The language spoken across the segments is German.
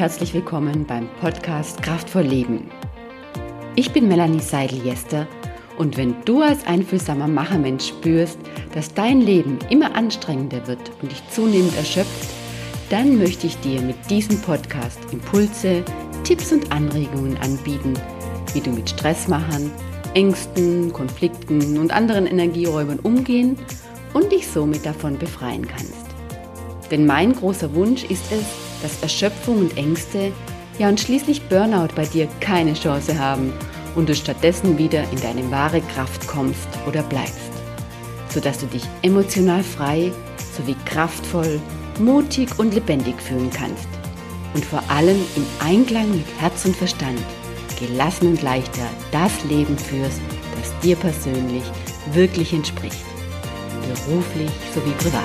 herzlich willkommen beim Podcast Kraftvoll Leben. Ich bin Melanie Seidel-Jester und wenn du als einfühlsamer Machermensch spürst, dass dein Leben immer anstrengender wird und dich zunehmend erschöpft, dann möchte ich dir mit diesem Podcast Impulse, Tipps und Anregungen anbieten, wie du mit Stressmachern, Ängsten, Konflikten und anderen Energieräubern umgehen und dich somit davon befreien kannst. Denn mein großer Wunsch ist es, dass Erschöpfung und Ängste, ja und schließlich Burnout bei dir keine Chance haben und du stattdessen wieder in deine wahre Kraft kommst oder bleibst, sodass du dich emotional frei sowie kraftvoll, mutig und lebendig fühlen kannst und vor allem im Einklang mit Herz und Verstand, gelassen und leichter das Leben führst, das dir persönlich wirklich entspricht, beruflich sowie privat.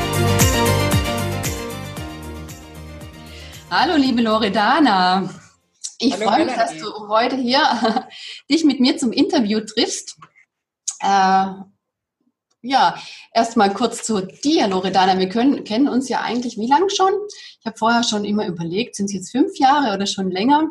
Hallo liebe Loredana, ich freue mich, dass du heute hier dich mit mir zum Interview triffst. Erstmal kurz zu dir, Loredana. Wir kennen uns ja eigentlich wie lange schon? Ich habe vorher schon immer überlegt, sind es jetzt 5 Jahre oder schon länger?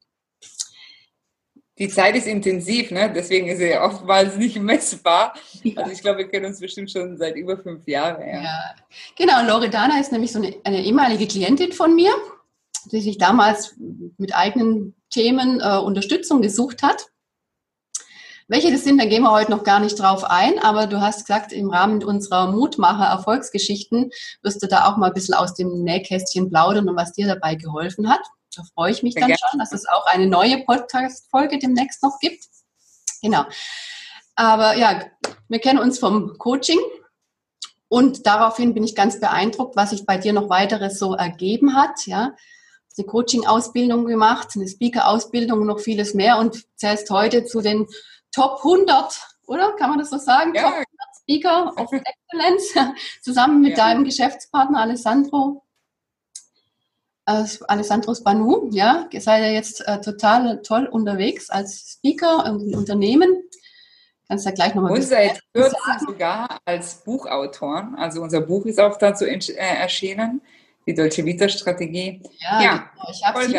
Die Zeit ist intensiv, ne? Deswegen ist sie ja oftmals nicht messbar. Ja. Also ich glaube, wir kennen uns bestimmt schon seit über 5 Jahren. Ja. Genau, Loredana ist nämlich so eine ehemalige Klientin von mir, die sich damals mit eigenen Themen Unterstützung gesucht hat. Welche das sind, da gehen wir heute noch gar nicht drauf ein, aber du hast gesagt, im Rahmen unserer Mutmacher-Erfolgsgeschichten wirst du da auch mal ein bisschen aus dem Nähkästchen plaudern und was dir dabei geholfen hat. Da freue ich mich dann schon, dass es auch eine neue Podcast-Folge demnächst noch gibt. Genau. Aber ja, wir kennen uns vom Coaching und daraufhin bin ich ganz beeindruckt, was sich bei dir noch weiteres so ergeben hat, ja. Eine Coaching-Ausbildung gemacht, eine Speaker-Ausbildung und noch vieles mehr und zählst heute zu den Top 100, oder? Kann man das so sagen? Ja. Top 100 Speaker of Excellence, zusammen mit deinem Geschäftspartner Alessandro Spanu, ja. Ihr seid ja jetzt total toll unterwegs als Speaker und Unternehmen. Kannst du ja gleich nochmal und seit kürzem sogar als Buchautor. Also unser Buch ist auch dazu erschienen. Die Dolce Vita Strategie. Ja, ich habe es hier.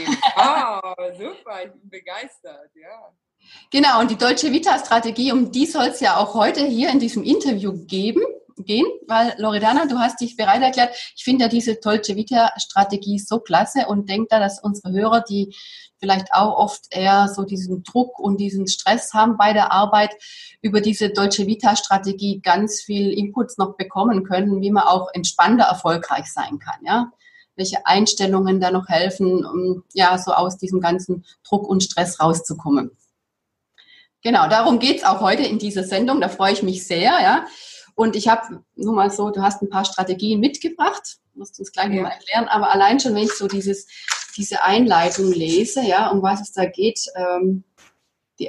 Super, ich bin begeistert, ja. Genau, und die Dolce Vita Strategie, um die soll es ja auch heute hier in diesem Interview gehen, weil Loredana, du hast dich bereit erklärt. Ich finde ja diese Dolce Vita Strategie so klasse und denke da, dass unsere Hörer, die vielleicht auch oft eher so diesen Druck und diesen Stress haben bei der Arbeit, über diese Dolce Vita Strategie ganz viel Inputs noch bekommen können, wie man auch entspannter erfolgreich sein kann, ja. Welche Einstellungen da noch helfen, um ja so aus diesem ganzen Druck und Stress rauszukommen. Genau, darum geht's auch heute in dieser Sendung, da freue ich mich sehr, ja. Und ich habe nur mal so, du hast ein paar Strategien mitgebracht, musst du uns gleich nochmal erklären, aber allein schon, wenn ich so diese Einleitung lese, ja, um was es da geht, die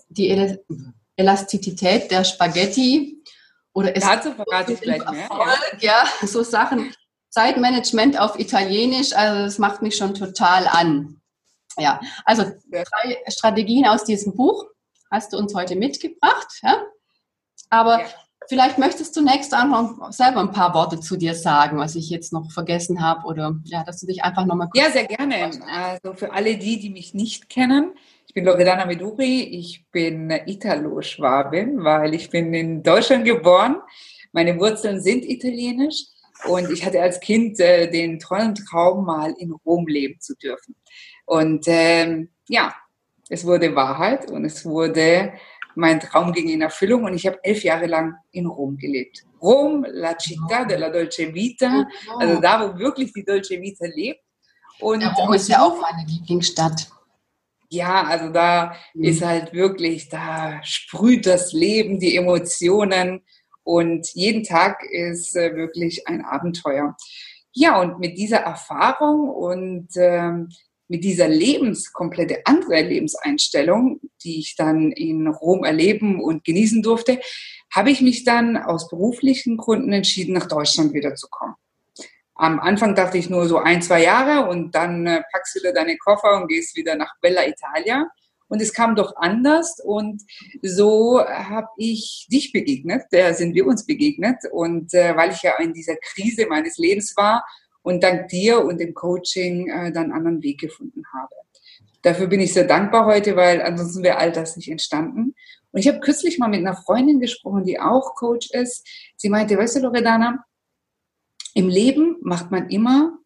Elastizität der Spaghetti oder dazu verrate ich gleich mehr. Erfolg, ja, so Sachen, Zeitmanagement auf Italienisch, also das macht mich schon total an. Ja, also 3 Strategien aus diesem Buch hast du uns heute mitgebracht, ja, aber vielleicht möchtest du zunächst einfach selber ein paar Worte zu dir sagen, was ich jetzt noch vergessen habe oder ja, dass du dich einfach nochmal kurz... Ja, sehr gerne. Also für alle die mich nicht kennen, ich bin Loredana Meduri, ich bin Italo-Schwabin, weil ich bin in Deutschland geboren. Meine Wurzeln sind italienisch und ich hatte als Kind den tollen Traum, mal in Rom leben zu dürfen. Und es wurde Wahrheit und mein Traum ging in Erfüllung und ich habe 11 Jahre lang in Rom gelebt. Rom, la città della Dolce Vita, also da, wo wirklich die Dolce Vita lebt. Und Rom ist ja auch meine Lieblingsstadt. Ja, also da ist halt wirklich, da sprüht das Leben, die Emotionen und jeden Tag ist wirklich ein Abenteuer. Ja, und mit dieser Erfahrung und mit dieser komplette andere Lebenseinstellung, die ich dann in Rom erleben und genießen durfte, habe ich mich dann aus beruflichen Gründen entschieden, nach Deutschland wiederzukommen. Am Anfang dachte ich nur so 1-2 Jahre und dann packst du wieder deine Koffer und gehst wieder nach Bella Italia. Und es kam doch anders und so habe ich dich begegnet, sind wir uns begegnet. Und weil ich ja in dieser Krise meines Lebens war und dank dir und dem Coaching dann einen anderen Weg gefunden habe. Dafür bin ich sehr dankbar heute, weil ansonsten wäre all das nicht entstanden. Und ich habe kürzlich mal mit einer Freundin gesprochen, die auch Coach ist. Sie meinte, weißt du, Loredana, im Leben macht man immer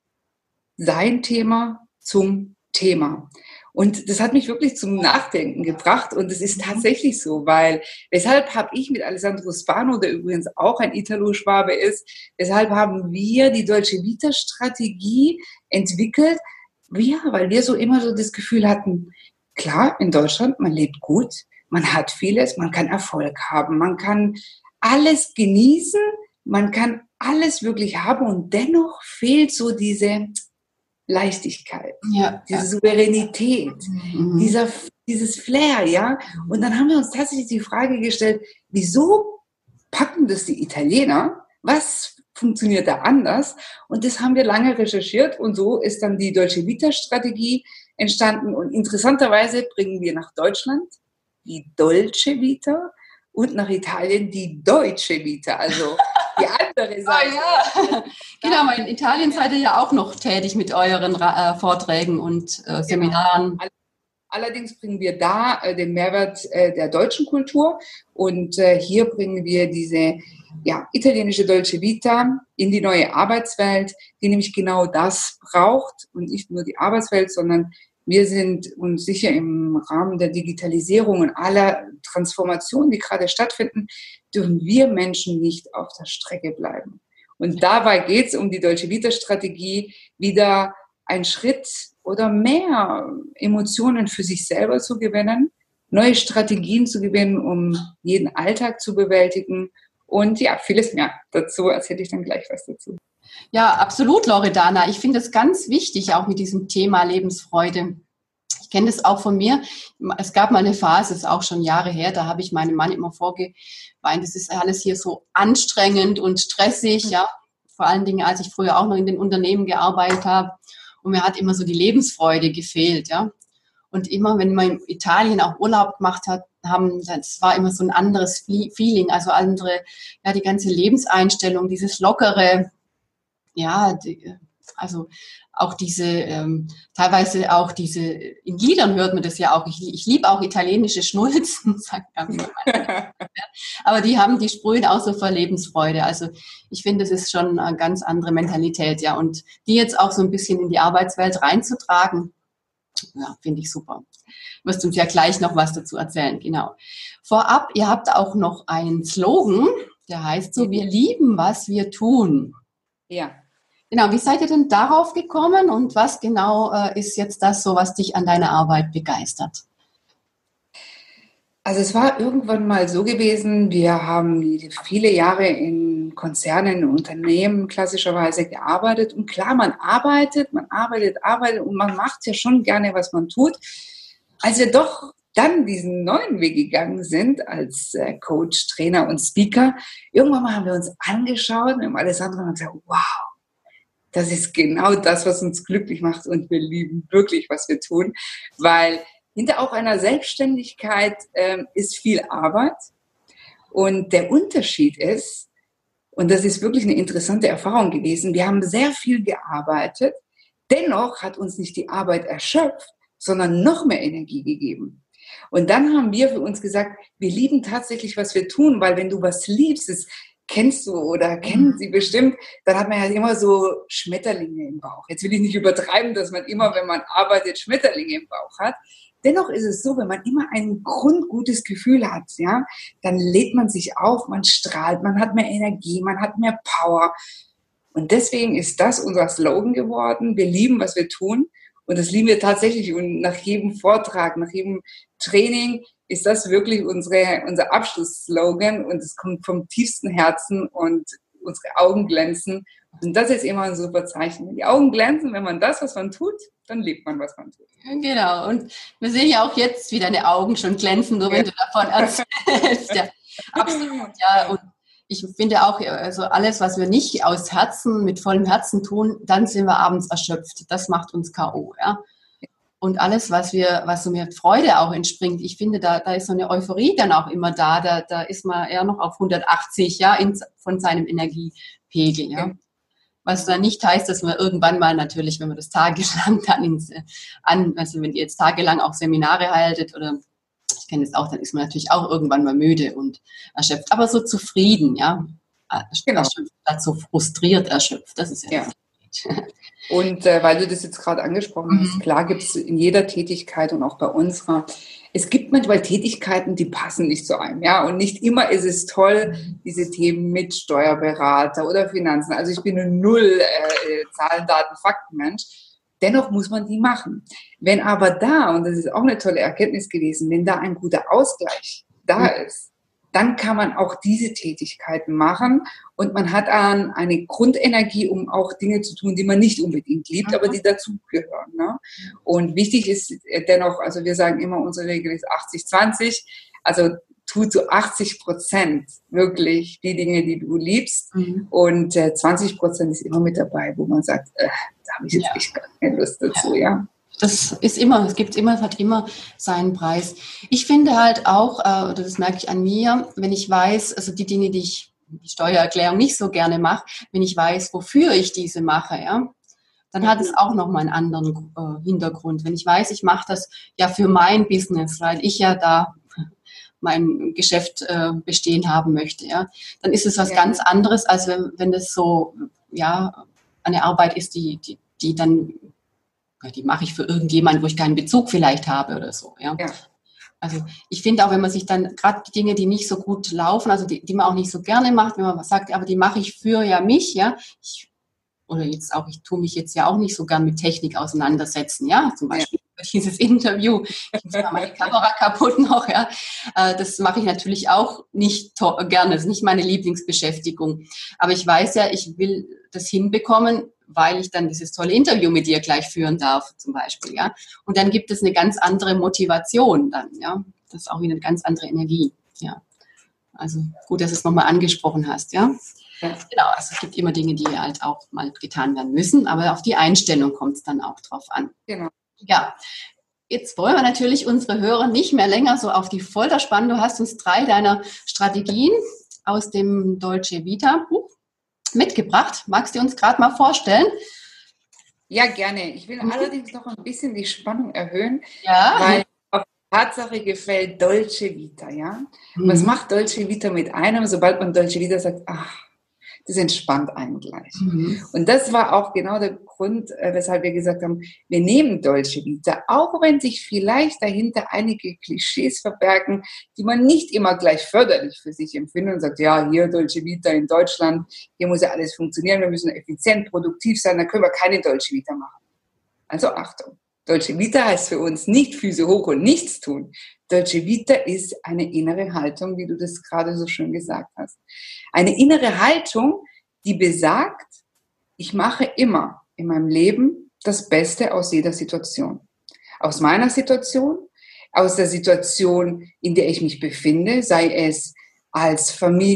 sein Thema zum Thema. Und das hat mich wirklich zum Nachdenken gebracht und es ist tatsächlich so, weil weshalb habe ich mit Alessandro Spano, der übrigens auch ein Italo-Schwabe ist, weshalb haben wir die Dolce Vita Strategie entwickelt? Ja, weil wir so immer so das Gefühl hatten, klar, in Deutschland, man lebt gut, man hat vieles, man kann Erfolg haben, man kann alles genießen, man kann alles wirklich haben und dennoch fehlt so diese Leichtigkeit, diese Souveränität, dieses Flair, ja. Und dann haben wir uns tatsächlich die Frage gestellt, wieso packen das die Italiener? Was funktioniert da anders? Und das haben wir lange recherchiert und so ist dann die Dolce Vita Strategie entstanden. Und interessanterweise bringen wir nach Deutschland die Dolce Vita und nach Italien die Deutsche Vita, also die andere Seite. Ja. Genau, in Italien seid ihr ja auch noch tätig mit euren Vorträgen und Seminaren. Genau. Allerdings bringen wir da den Mehrwert der deutschen Kultur und hier bringen wir diese italienische Dolce Vita in die neue Arbeitswelt, die nämlich genau das braucht und nicht nur die Arbeitswelt, sondern wir sind uns sicher im Rahmen der Digitalisierung und aller Transformationen, die gerade stattfinden, dürfen wir Menschen nicht auf der Strecke bleiben. Und dabei geht es um die Dolce Vita Strategie, wieder einen Schritt oder mehr Emotionen für sich selber zu gewinnen, neue Strategien zu gewinnen, um jeden Alltag zu bewältigen und vieles mehr dazu. Erzähle ich dann gleich was dazu. Ja, absolut, Loredana. Ich finde es ganz wichtig, auch mit diesem Thema Lebensfreude. Ich kenne das auch von mir. Es gab mal eine Phase, das ist auch schon Jahre her, da habe ich meinem Mann immer vorgeweint, das ist alles hier so anstrengend und stressig, ja. Vor allen Dingen, als ich früher auch noch in den Unternehmen gearbeitet habe. Und mir hat immer so die Lebensfreude gefehlt, ja. Und immer, wenn man in Italien auch Urlaub gemacht hat, das war immer so ein anderes Feeling, also die ganze Lebenseinstellung, dieses Lockere, also auch teilweise auch in Liedern hört man das ja auch. Ich liebe auch italienische Schnulzen, sagt man. Aber die sprühen auch so vor Lebensfreude. Also ich finde, das ist schon eine ganz andere Mentalität, ja. Und die jetzt auch so ein bisschen in die Arbeitswelt reinzutragen, finde ich super. Du wirst uns ja gleich noch was dazu erzählen, genau. Vorab, ihr habt auch noch einen Slogan, der heißt so, wir lieben, was wir tun. Ja. Genau, wie seid ihr denn darauf gekommen und was genau ist jetzt das so, was dich an deiner Arbeit begeistert? Also es war irgendwann mal so gewesen, wir haben viele Jahre in Konzernen, in Unternehmen klassischerweise gearbeitet und klar, man arbeitet und man macht ja schon gerne, was man tut. Als wir doch dann diesen neuen Weg gegangen sind als Coach, Trainer und Speaker, irgendwann mal haben wir uns angeschaut mit Alessandro und gesagt, wow, das ist genau das, was uns glücklich macht und wir lieben wirklich, was wir tun, weil hinter auch einer Selbstständigkeit ist viel Arbeit und der Unterschied ist, und das ist wirklich eine interessante Erfahrung gewesen, wir haben sehr viel gearbeitet, dennoch hat uns nicht die Arbeit erschöpft, sondern noch mehr Energie gegeben. Und dann haben wir für uns gesagt, wir lieben tatsächlich, was wir tun, weil wenn du was liebst, das kennst du oder kennen Sie bestimmt, dann hat man ja immer so Schmetterlinge im Bauch. Jetzt will ich nicht übertreiben, dass man immer, wenn man arbeitet, Schmetterlinge im Bauch hat. Dennoch ist es so, wenn man immer ein grundgutes Gefühl hat, ja, dann lädt man sich auf, man strahlt, man hat mehr Energie, man hat mehr Power. Und deswegen ist das unser Slogan geworden. Wir lieben, was wir tun. Und das lieben wir tatsächlich. Und nach jedem Vortrag, nach jedem Training ist das wirklich unser Abschlussslogan. Und es kommt vom tiefsten Herzen und unsere Augen glänzen. Und das ist immer ein super Zeichen. Wenn die Augen glänzen, wenn man das, was man tut, dann lebt man, was man tut. Genau. Und wir sehen ja auch jetzt, wie deine Augen schon glänzen, nur wenn du davon erzählst. Ja, absolut. Ja, und ich finde auch, also alles, was wir nicht aus Herzen, mit vollem Herzen tun, dann sind wir abends erschöpft. Das macht uns K.O., ja. Und alles, was so mit Freude auch entspringt, ich finde, da ist so eine Euphorie dann auch immer da. Da ist man eher noch auf 180, ja, von seinem Energiepegel, ja. Was dann nicht heißt, dass man irgendwann mal natürlich, wenn man das tagelang dann also wenn ihr jetzt tagelang auch Seminare haltet oder ich kenne das auch, dann ist man natürlich auch irgendwann mal müde und erschöpft. Aber so zufrieden, ja. Genau. Erschöpft, so frustriert erschöpft. Das ist ja. Und weil du das jetzt gerade angesprochen hast, klar gibt es in jeder Tätigkeit und auch bei unserer, es gibt manchmal Tätigkeiten, die passen nicht zu einem, ja, und nicht immer ist es toll, diese Themen mit Steuerberater oder Finanzen. Also ich bin ein Null Zahlen, Daten, Faktenmensch. Dennoch muss man die machen. Wenn aber da, und das ist auch eine tolle Erkenntnis gewesen, wenn da ein guter Ausgleich da ist, dann kann man auch diese Tätigkeiten machen und man hat dann eine Grundenergie, um auch Dinge zu tun, die man nicht unbedingt liebt, aber die dazugehören. Ne? Und wichtig ist dennoch, also wir sagen immer, unsere Regel ist 80-20, also tu zu 80% wirklich die Dinge, die du liebst und 20% ist immer mit dabei, wo man sagt, da habe ich jetzt echt gar keine Lust dazu, ja. Das ist immer, hat immer seinen Preis. Ich finde halt auch, das merke ich an mir, wenn ich weiß, also die Dinge, die Steuererklärung nicht so gerne mache, wenn ich weiß, wofür ich diese mache, ja, dann hat es auch nochmal einen anderen Hintergrund. Wenn ich weiß, ich mache das ja für mein Business, weil ich ja da mein Geschäft bestehen haben möchte, ja, dann ist es was ganz anderes, als wenn das so, ja, eine Arbeit ist, die dann die mache ich für irgendjemanden, wo ich keinen Bezug vielleicht habe oder so. Ja. Also ich finde auch, wenn man sich dann gerade die Dinge, die nicht so gut laufen, also die man auch nicht so gerne macht, wenn man sagt, aber die mache ich für mich, ja, ich tue mich jetzt ja auch nicht so gern mit Technik auseinandersetzen, ja, zum Beispiel dieses Interview, ich mache meine Kamera kaputt noch, ja, das mache ich natürlich auch nicht gerne, das ist nicht meine Lieblingsbeschäftigung, aber ich weiß ja, ich will das hinbekommen, weil ich dann dieses tolle Interview mit dir gleich führen darf, zum Beispiel, ja, und dann gibt es eine ganz andere Motivation dann, ja, das ist auch wieder eine ganz andere Energie, ja, also gut, dass du es nochmal angesprochen hast, ja. Genau, also es gibt immer Dinge, die halt auch mal getan werden müssen, aber auf die Einstellung kommt es dann auch drauf an. Genau. Ja, jetzt wollen wir natürlich unsere Hörer nicht mehr länger so auf die Folter spannen. Du hast uns 3 deiner Strategien aus dem Dolce Vita Buch mitgebracht. Magst du uns gerade mal vorstellen? Ja, gerne. Ich will allerdings noch ein bisschen die Spannung erhöhen, Ja. weil auf die Tatsache gefällt Dolce Vita, ja. Was macht Dolce Vita mit einem, sobald man Dolce Vita sagt, ach, das entspannt einen gleich. Und das war auch genau der Grund, weshalb wir gesagt haben, wir nehmen Dolce Vita, auch wenn sich vielleicht dahinter einige Klischees verbergen, die man nicht immer gleich förderlich für sich empfindet und sagt, ja, hier Dolce Vita in Deutschland, hier muss ja alles funktionieren, wir müssen effizient, produktiv sein, dann können wir keine Dolce Vita machen. Also Achtung, Dolce Vita heißt für uns nicht Füße hoch und nichts tun. Dolce Vita ist eine innere Haltung, wie du das gerade so schön gesagt hast. Eine innere Haltung, die besagt, ich mache immer in meinem Leben das Beste aus jeder Situation. Aus meiner Situation, aus der Situation, in der ich mich befinde, sei es als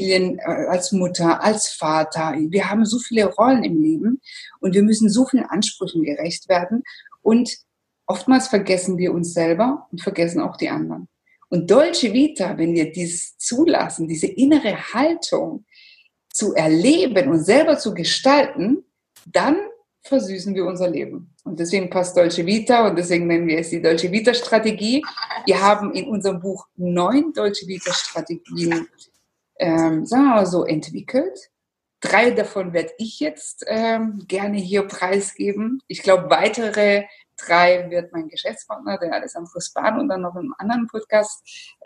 als Mutter, als Vater. Wir haben so viele Rollen im Leben und wir müssen so vielen Ansprüchen gerecht werden und oftmals vergessen wir uns selber und vergessen auch die anderen. Und Dolce Vita, wenn wir dies zulassen, diese innere Haltung zu erleben und selber zu gestalten, dann versüßen wir unser Leben. Und deswegen passt Dolce Vita und deswegen nennen wir es die Dolce Vita Strategie. Wir haben in unserem Buch 9 Dolce Vita Strategien, sagen wir mal so, entwickelt. 3 davon werde ich jetzt gerne hier preisgeben. Ich glaube, weitere 3 wird mein Geschäftspartner, der Alessandro Spahn, und dann noch in einem anderen Podcast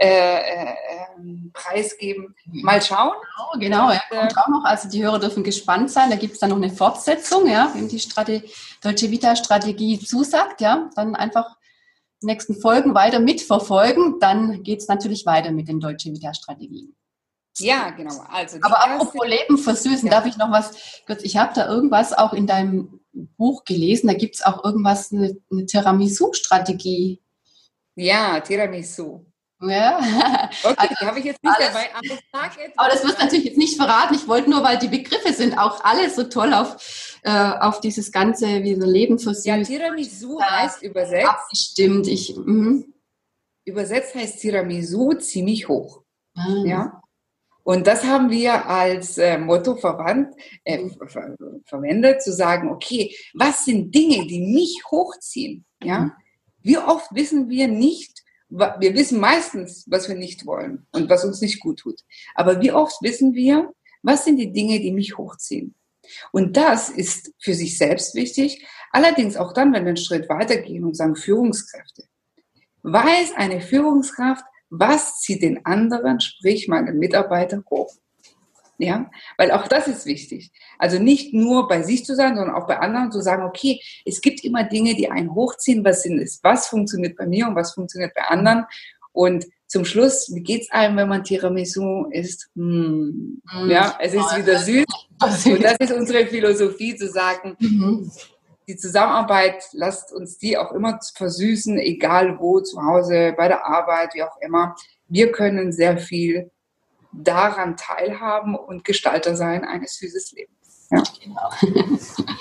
preisgeben. Mal schauen. Genau, ja, kommt auch noch. Also die Hörer dürfen gespannt sein. Da gibt es dann noch eine Fortsetzung, ja, wenn die Dolce Vita Strategie zusagt, ja, dann einfach die nächsten Folgen weiter mitverfolgen. Dann geht es natürlich weiter mit den Dolce Vita Strategien. Ja, genau. Also aber apropos Leben versüßen, darf ich noch was kurz? Ich habe da irgendwas auch in deinem Buch gelesen. Da gibt es auch irgendwas, eine Tiramisu-Strategie. Ja, Tiramisu. Ja. Okay, also, die habe ich jetzt nicht dabei. Aber das wirst du natürlich jetzt nicht verraten. Ich wollte nur, weil die Begriffe sind auch alle so toll auf dieses ganze, wie so Leben versüßen. Ja, Tiramisu heißt übersetzt. Abgestimmt. Übersetzt heißt Tiramisu ziemlich hoch. Ja. Und das haben wir als Motto verwendet, zu sagen, okay, was sind Dinge, die mich hochziehen? Ja? Wie oft wissen wir nicht, wir wissen meistens, was wir nicht wollen und was uns nicht gut tut. Aber wie oft wissen wir, was sind die Dinge, die mich hochziehen? Und das ist für sich selbst wichtig. Allerdings auch dann, wenn wir einen Schritt weitergehen und sagen Führungskräfte. Weiß eine Führungskraft, was zieht den anderen, sprich meinen Mitarbeiter, hoch? Ja, weil auch das ist wichtig. Also nicht nur bei sich zu sein, sondern auch bei anderen zu sagen, okay, es gibt immer Dinge, die einen hochziehen. Was sind es? Was funktioniert bei mir und was funktioniert bei anderen? Und zum Schluss, wie geht's einem, wenn man Tiramisu isst? Ja, es ist wieder süß. Und das ist unsere Philosophie, zu sagen, die Zusammenarbeit, lasst uns die auch immer versüßen, egal wo, zu Hause, bei der Arbeit, wie auch immer. Wir können sehr viel daran teilhaben und Gestalter sein eines süßes Lebens. Ja. Genau.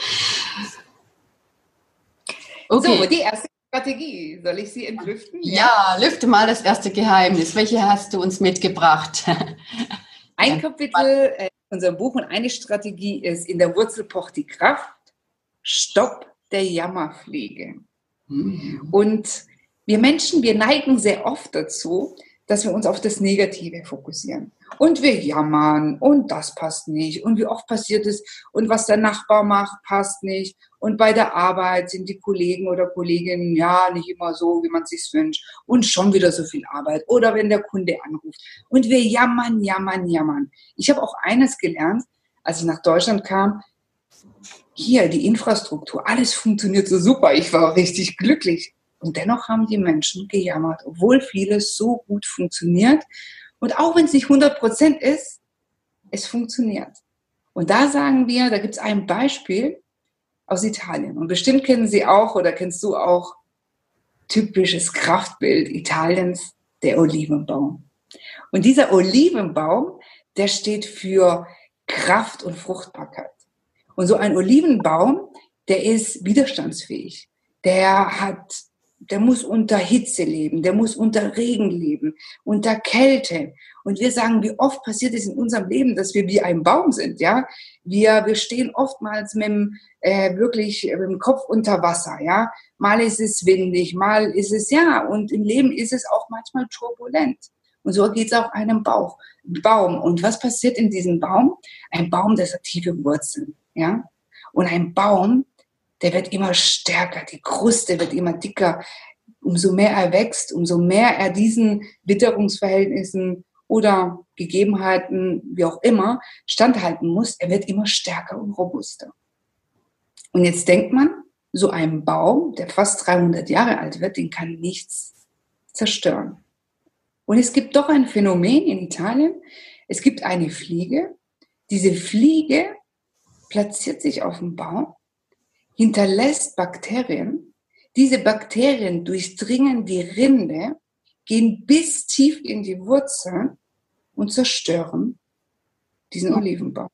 Okay. So, die erste Strategie. Soll ich sie entlüften? Ja, lüfte mal das erste Geheimnis. Welche hast du uns mitgebracht? Ein Kapitel in unserem Buch und eine Strategie ist: In der Wurzel pocht die Kraft. Stopp der Jammerfliege. Und wir Menschen, wir neigen sehr oft dazu, dass wir uns auf das Negative fokussieren. Und wir jammern und das passt nicht. Und wie oft passiert es und was der Nachbar macht, passt nicht. Und bei der Arbeit sind die Kollegen oder Kolleginnen ja nicht immer so, wie man es sich wünscht. Und schon wieder so viel Arbeit. Oder wenn der Kunde anruft. Und wir jammern, jammern, jammern. Ich habe auch eines gelernt, als ich nach Deutschland kam. Hier, die Infrastruktur, alles funktioniert so super. Ich war richtig glücklich. Und dennoch haben die Menschen gejammert, obwohl vieles so gut funktioniert. Und auch wenn es nicht 100% ist, es funktioniert. Und da sagen wir, da gibt es ein Beispiel aus Italien. Und bestimmt kennen Sie auch oder kennst du auch typisches Kraftbild Italiens, der Olivenbaum. Und dieser Olivenbaum, der steht für Kraft und Fruchtbarkeit. Und so ein Olivenbaum, der ist widerstandsfähig. Der muss unter Hitze leben, der muss unter Regen leben, unter Kälte. Und wir sagen, wie oft passiert es in unserem Leben, dass wir wie ein Baum sind, ja? Wir stehen oftmals wirklich mit dem Kopf unter Wasser, ja? Mal ist es windig, mal ist es, ja, und im Leben ist es auch manchmal turbulent. Und so geht es auch einem Baum. Und was passiert in diesem Baum? Ein Baum, der hat tiefe Wurzeln, ja? Und ein Baum, der wird immer stärker, die Kruste wird immer dicker. Umso mehr er wächst, umso mehr er diesen Witterungsverhältnissen oder Gegebenheiten, wie auch immer, standhalten muss, er wird immer stärker und robuster. Und jetzt denkt man, so ein Baum, der fast 300 Jahre alt wird, den kann nichts zerstören. Und es gibt doch ein Phänomen in Italien. Es gibt eine Fliege. Diese Fliege platziert sich auf dem Baum, hinterlässt Bakterien. Diese Bakterien durchdringen die Rinde, gehen bis tief in die Wurzeln und zerstören diesen Olivenbaum.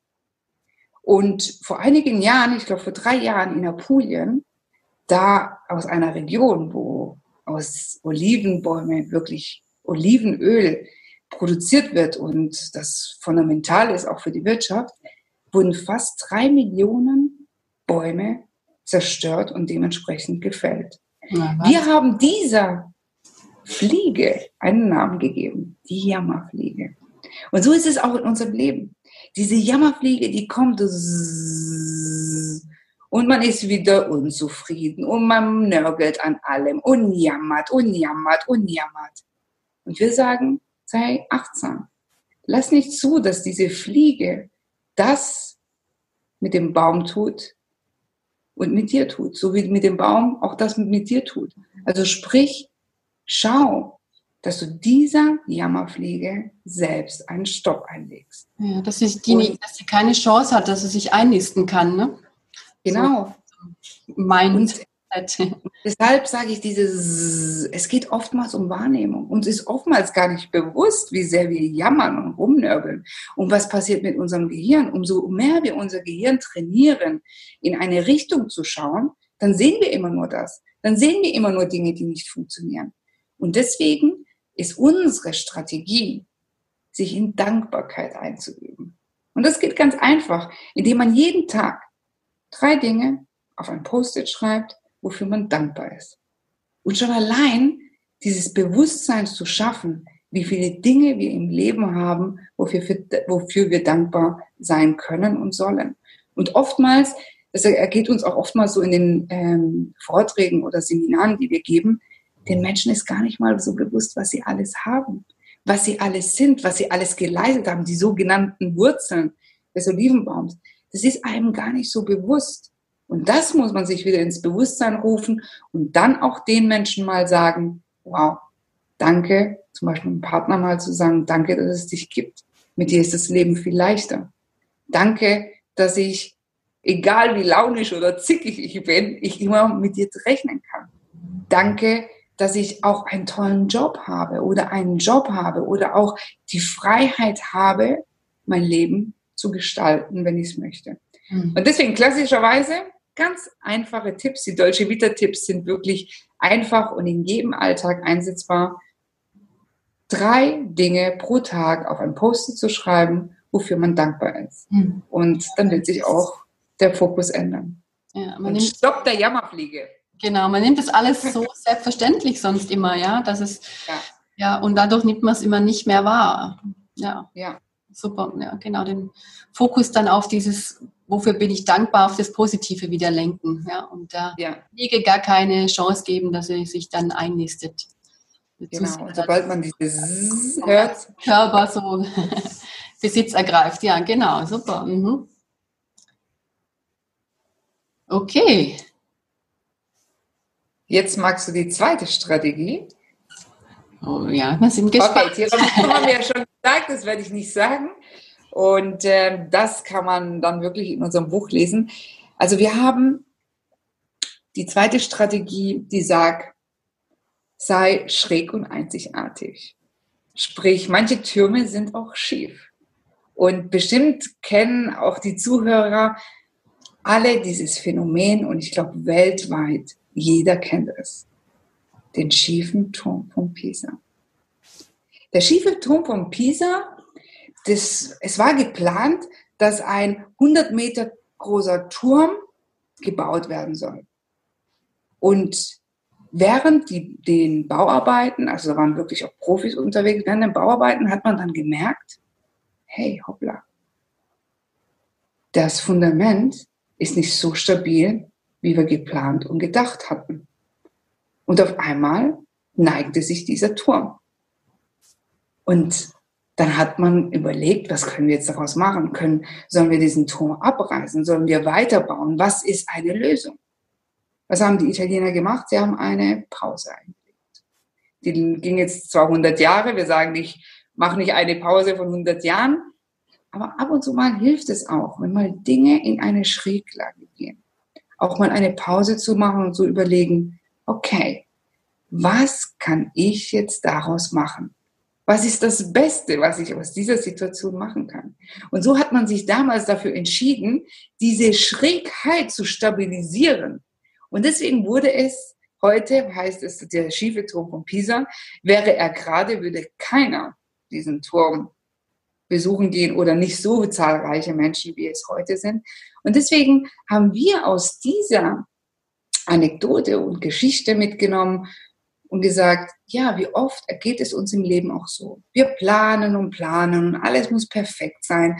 Und vor einigen Jahren, ich glaube vor 3 Jahren in Apulien, da aus einer Region, wo aus Olivenbäumen wirklich Olivenöl produziert wird und das fundamental ist auch für die Wirtschaft, wurden fast 3 Millionen Bäume zerstört und dementsprechend gefällt. Ja, wir haben dieser Fliege einen Namen gegeben, die Jammerfliege. Und so ist es auch in unserem Leben. Diese Jammerfliege, die kommt und man ist wieder unzufrieden und man nörgelt an allem und jammert und jammert und jammert. Und wir sagen, sei achtsam. Lass nicht zu, dass diese Fliege das mit dem Baum tut und mit dir tut. So wie mit dem Baum auch das mit dir tut. Also sprich, schau, dass du dieser Jammerfliege selbst einen Stopp einlegst. Ja, dass sie keine Chance hat, dass sie sich einnisten kann, ne? Genau. So und deshalb sage ich es geht oftmals um Wahrnehmung. Uns ist oftmals gar nicht bewusst, wie sehr wir jammern und rumnörgeln. Und was passiert mit unserem Gehirn? Umso mehr wir unser Gehirn trainieren, in eine Richtung zu schauen, dann sehen wir immer nur das. Dann sehen wir immer nur Dinge, die nicht funktionieren. Und deswegen ist unsere Strategie, sich in Dankbarkeit einzuüben. Und das geht ganz einfach, indem man jeden Tag 3 Dinge auf ein Post-it schreibt, wofür man dankbar ist. Und schon allein dieses Bewusstsein zu schaffen, wie viele Dinge wir im Leben haben, wofür wir dankbar sein können und sollen. Und oftmals, das ergeht uns auch oftmals so in den Vorträgen oder Seminaren, die wir geben, den Menschen ist gar nicht mal so bewusst, was sie alles haben, was sie alles sind, was sie alles geleistet haben, die sogenannten Wurzeln des Olivenbaums. Das ist einem gar nicht so bewusst. Und das muss man sich wieder ins Bewusstsein rufen und dann auch den Menschen mal sagen, wow, danke, zum Beispiel einem Partner mal zu sagen, danke, dass es dich gibt. Mit dir ist das Leben viel leichter. Danke, dass ich, egal wie launisch oder zickig ich bin, ich immer mit dir rechnen kann. Danke, dass ich auch einen tollen Job habe oder einen Job habe oder auch die Freiheit habe, mein Leben zu gestalten, wenn ich es möchte. Und deswegen klassischerweise ganz einfache Tipps. Die Dolce Vita Tipps sind wirklich einfach und in jedem Alltag einsetzbar. 3 Dinge pro Tag auf ein Post-it zu schreiben, wofür man dankbar ist. Und dann wird sich auch der Fokus ändern. Ja, und Stopp der Jammerfliege. Genau, man nimmt das alles so selbstverständlich sonst immer, ja, dass es, ja, und dadurch nimmt man es immer nicht mehr wahr. Ja. Super, ja, genau, den Fokus dann auf dieses, wofür bin ich dankbar, auf das Positive wieder lenken, ja, und da Liege gar keine Chance geben, dass er sich dann einnistet. Genau, und sobald man dieses hört, Körper so Besitz ergreift, ja, genau, super. Okay. Jetzt magst du die zweite Strategie. Oh ja, wir sind gespannt. Okay, Tiramisu haben wir ja schon gesagt, das werde ich nicht sagen. Und das kann man dann wirklich in unserem Buch lesen. Also wir haben die zweite Strategie, die sagt, sei schräg und einzigartig. Sprich, manche Türme sind auch schief. Und bestimmt kennen auch die Zuhörer alle dieses Phänomen und ich glaube weltweit, jeder kennt es. Den schiefen Turm von Pisa. Der schiefe Turm von Pisa, es war geplant, dass ein 100 Meter großer Turm gebaut werden soll. Und während den Bauarbeiten, also da waren wirklich auch Profis unterwegs, während den Bauarbeiten hat man dann gemerkt, hey, hoppla, das Fundament ist nicht so stabil, wie wir geplant und gedacht hatten. Und auf einmal neigte sich dieser Turm. Und dann hat man überlegt, was können wir jetzt daraus machen? Sollen wir diesen Turm abreißen? Sollen wir weiterbauen? Was ist eine Lösung? Was haben die Italiener gemacht? Sie haben eine Pause eingelegt. Die ging jetzt zwar 100 Jahre, wir sagen nicht, mach nicht eine Pause von 100 Jahren, aber ab und zu mal hilft es auch, wenn mal Dinge in eine Schräglage gehen. Auch mal eine Pause zu machen und zu überlegen, okay, was kann ich jetzt daraus machen? Was ist das Beste, was ich aus dieser Situation machen kann? Und so hat man sich damals dafür entschieden, diese Schrägheit zu stabilisieren. Und deswegen wurde es, heute heißt es der schiefe Turm von Pisa, wäre er gerade, würde keiner diesen Turm besuchen gehen oder nicht so zahlreiche Menschen, wie es heute sind. Und deswegen haben wir aus dieser Anekdote und Geschichte mitgenommen und gesagt, ja, wie oft ergeht es uns im Leben auch so. Wir planen und planen und alles muss perfekt sein.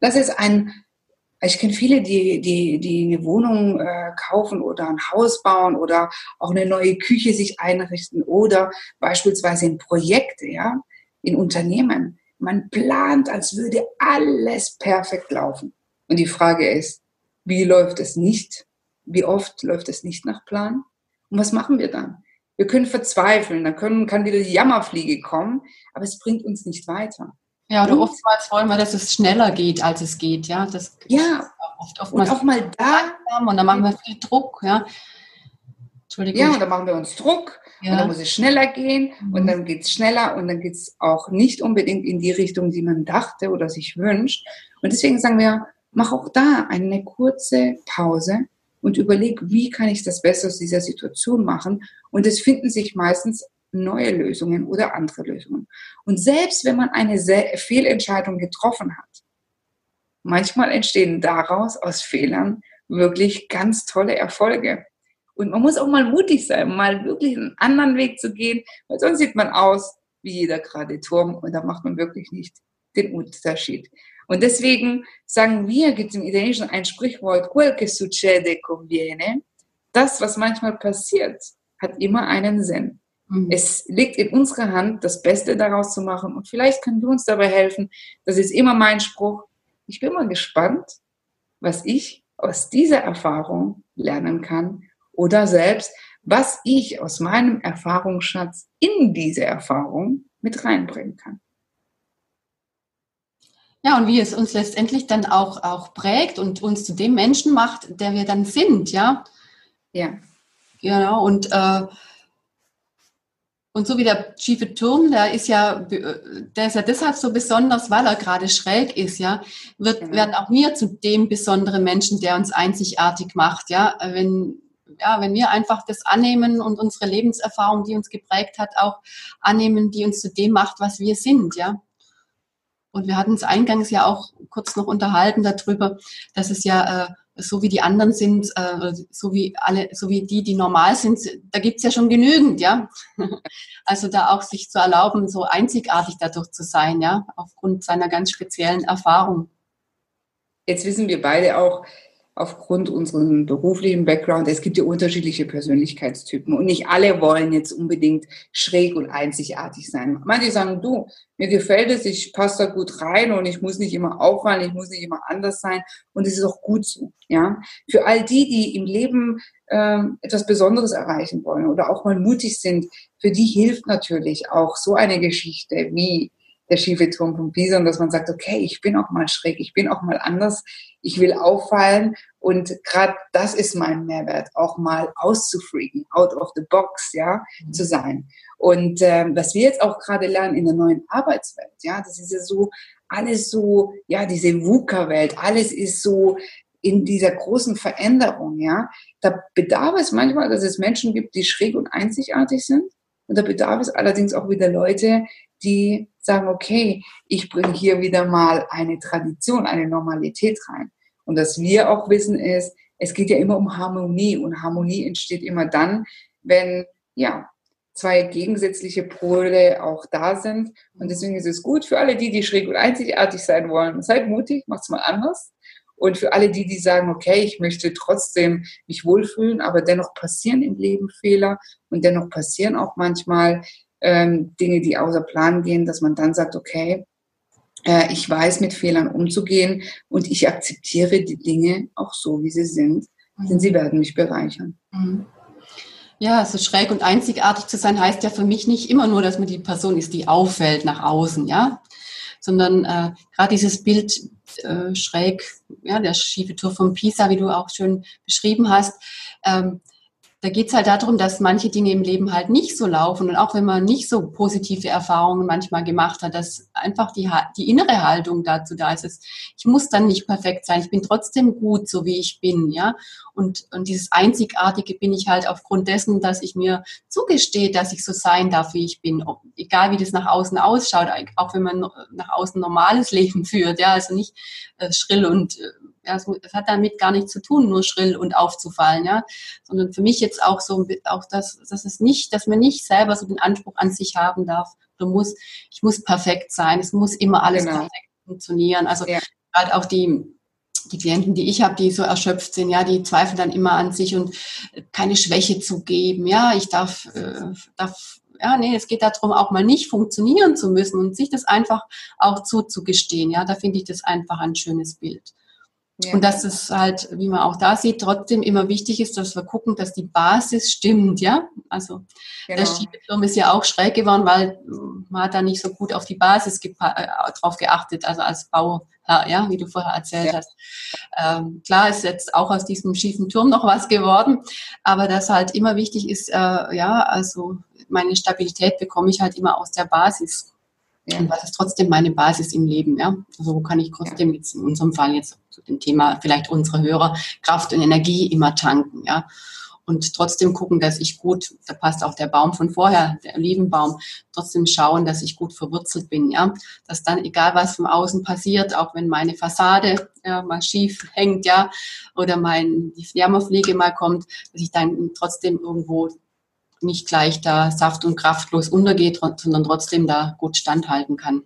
Ich kenne viele, die eine Wohnung kaufen oder ein Haus bauen oder auch eine neue Küche sich einrichten oder beispielsweise in Projekte, ja, in Unternehmen. Man plant, als würde alles perfekt laufen. Und die Frage ist, wie läuft es nicht? Wie oft läuft es nicht nach Plan? Und was machen wir dann? Wir können verzweifeln, dann kann wieder die Jammerfliege kommen, aber es bringt uns nicht weiter. Ja, oder oftmals wollen wir, dass es schneller geht, als es geht. Ja, oftmals und auch mal da. Und dann machen wir viel Druck. Ja, Entschuldigung. Ja, und dann machen wir uns Druck und dann muss es schneller gehen und dann geht es schneller und dann geht es auch nicht unbedingt in die Richtung, die man dachte oder sich wünscht. Und deswegen sagen wir, mach auch da eine kurze Pause und überleg, wie kann ich das besser aus dieser Situation machen. Und es finden sich meistens neue Lösungen oder andere Lösungen. Und selbst wenn man eine Fehlentscheidung getroffen hat, manchmal entstehen daraus aus Fehlern wirklich ganz tolle Erfolge. Und man muss auch mal mutig sein, mal wirklich einen anderen Weg zu gehen, weil sonst sieht man aus wie jeder gerade Turm und da macht man wirklich nicht den Unterschied. Und deswegen sagen wir, gibt es im Italienischen ein Sprichwort, quel che succede conviene. Das, was manchmal passiert, hat immer einen Sinn. Es liegt in unserer Hand, das Beste daraus zu machen. Und vielleicht können du uns dabei helfen. Das ist immer mein Spruch. Ich bin mal gespannt, was ich aus dieser Erfahrung lernen kann oder selbst, was ich aus meinem Erfahrungsschatz in diese Erfahrung mit reinbringen kann. Ja, und wie es uns letztendlich dann auch prägt und uns zu dem Menschen macht, der wir dann sind, ja. Ja. Genau, und so wie der schiefe Turm, der ist ja deshalb so besonders, weil er gerade schräg ist, ja, werden auch wir zu dem besonderen Menschen, der uns einzigartig macht, ja, wenn wir einfach das annehmen und unsere Lebenserfahrung, die uns geprägt hat, auch annehmen, die uns zu dem macht, was wir sind, ja. Und wir hatten es eingangs ja auch kurz noch unterhalten darüber, dass es ja so wie die anderen sind, so wie die normal sind, da gibt's ja schon genügend, ja. Also da auch sich zu erlauben, so einzigartig dadurch zu sein, ja, aufgrund seiner ganz speziellen Erfahrung. Jetzt wissen wir beide auch, aufgrund unserem beruflichen Background, es gibt ja unterschiedliche Persönlichkeitstypen und nicht alle wollen jetzt unbedingt schräg und einzigartig sein. Manche sagen, du, mir gefällt es, ich passe da gut rein und ich muss nicht immer auffallen, ich muss nicht immer anders sein und es ist auch gut so. Ja? Für all die im Leben etwas Besonderes erreichen wollen oder auch mal mutig sind, für die hilft natürlich auch so eine Geschichte wie der schiefe Turm von Pisa und dass man sagt, okay, ich bin auch mal schräg, ich bin auch mal anders, ich will auffallen und gerade das ist mein Mehrwert, auch mal auszufreaken, out of the box, ja, zu sein. Und was wir jetzt auch gerade lernen in der neuen Arbeitswelt, ja, das ist ja so, alles so, ja, diese VUCA-Welt, alles ist so in dieser großen Veränderung, ja, da bedarf es manchmal, dass es Menschen gibt, die schräg und einzigartig sind und da bedarf es allerdings auch wieder Leute, die sagen, okay, ich bringe hier wieder mal eine Tradition, eine Normalität rein. Und was wir auch wissen ist, es geht ja immer um Harmonie und Harmonie entsteht immer dann, wenn, ja, zwei gegensätzliche Pole auch da sind. Und deswegen ist es gut für alle die schräg und einzigartig sein wollen. Seid mutig, macht's mal anders. Und für alle die sagen, okay, ich möchte trotzdem mich wohlfühlen, aber dennoch passieren im Leben Fehler und dennoch passieren auch manchmal Dinge, die außer Plan gehen, dass man dann sagt, okay, ich weiß, mit Fehlern umzugehen und ich akzeptiere die Dinge auch so, wie sie sind, denn sie werden mich bereichern. Ja, so schräg und einzigartig zu sein, heißt ja für mich nicht immer nur, dass man die Person ist, die auffällt nach außen, ja, sondern gerade dieses Bild schräg, ja, der schiefe Turm von Pisa, wie du auch schön beschrieben hast, da geht es halt darum, dass manche Dinge im Leben halt nicht so laufen und auch wenn man nicht so positive Erfahrungen manchmal gemacht hat, dass einfach die innere Haltung dazu da ist. Ich muss dann nicht perfekt sein, ich bin trotzdem gut, so wie ich bin, ja. Und dieses Einzigartige bin ich halt aufgrund dessen, dass ich mir zugestehe, dass ich so sein darf, wie ich bin. Egal, wie das nach außen ausschaut, auch wenn man nach außen normales Leben führt, ja, also nicht schrill und ja, es hat damit gar nichts zu tun, nur schrill und aufzufallen, ja, sondern für mich jetzt auch so, auch dass man nicht selber so den Anspruch an sich haben darf, ich muss perfekt sein, es muss immer alles perfekt funktionieren, also gerade auch die Klienten, die ich habe, die so erschöpft sind, ja, die zweifeln dann immer an sich und keine Schwäche zugeben, ja, ich darf es geht darum, auch mal nicht funktionieren zu müssen und sich das einfach auch zuzugestehen, ja, da finde ich das einfach ein schönes Bild. Ja. Und dass es halt, wie man auch da sieht, trotzdem immer wichtig ist, dass wir gucken, dass die Basis stimmt, ja. Also der Schiebeturm ist ja auch schräg geworden, weil man hat da nicht so gut auf die Basis drauf geachtet, also als Bauherr, ja, wie du vorher erzählt hast. Klar ist jetzt auch aus diesem schiefen Turm noch was geworden, aber das halt immer wichtig ist, also meine Stabilität bekomme ich halt immer aus der Basis. Ja. Und was ist trotzdem meine Basis im Leben, ja? Also wo kann ich trotzdem jetzt in unserem Fall jetzt zu dem Thema vielleicht unsere Hörer Kraft und Energie immer tanken, ja? und trotzdem gucken, dass ich gut, da passt auch der Baum von vorher, der Olivenbaum, trotzdem schauen, dass ich gut verwurzelt bin, ja, dass dann egal was vom Außen passiert, auch wenn meine Fassade mal schief hängt, ja, oder die Jammerfliege mal kommt, dass ich dann trotzdem irgendwo nicht gleich da saft- und kraftlos untergeht, sondern trotzdem da gut standhalten kann.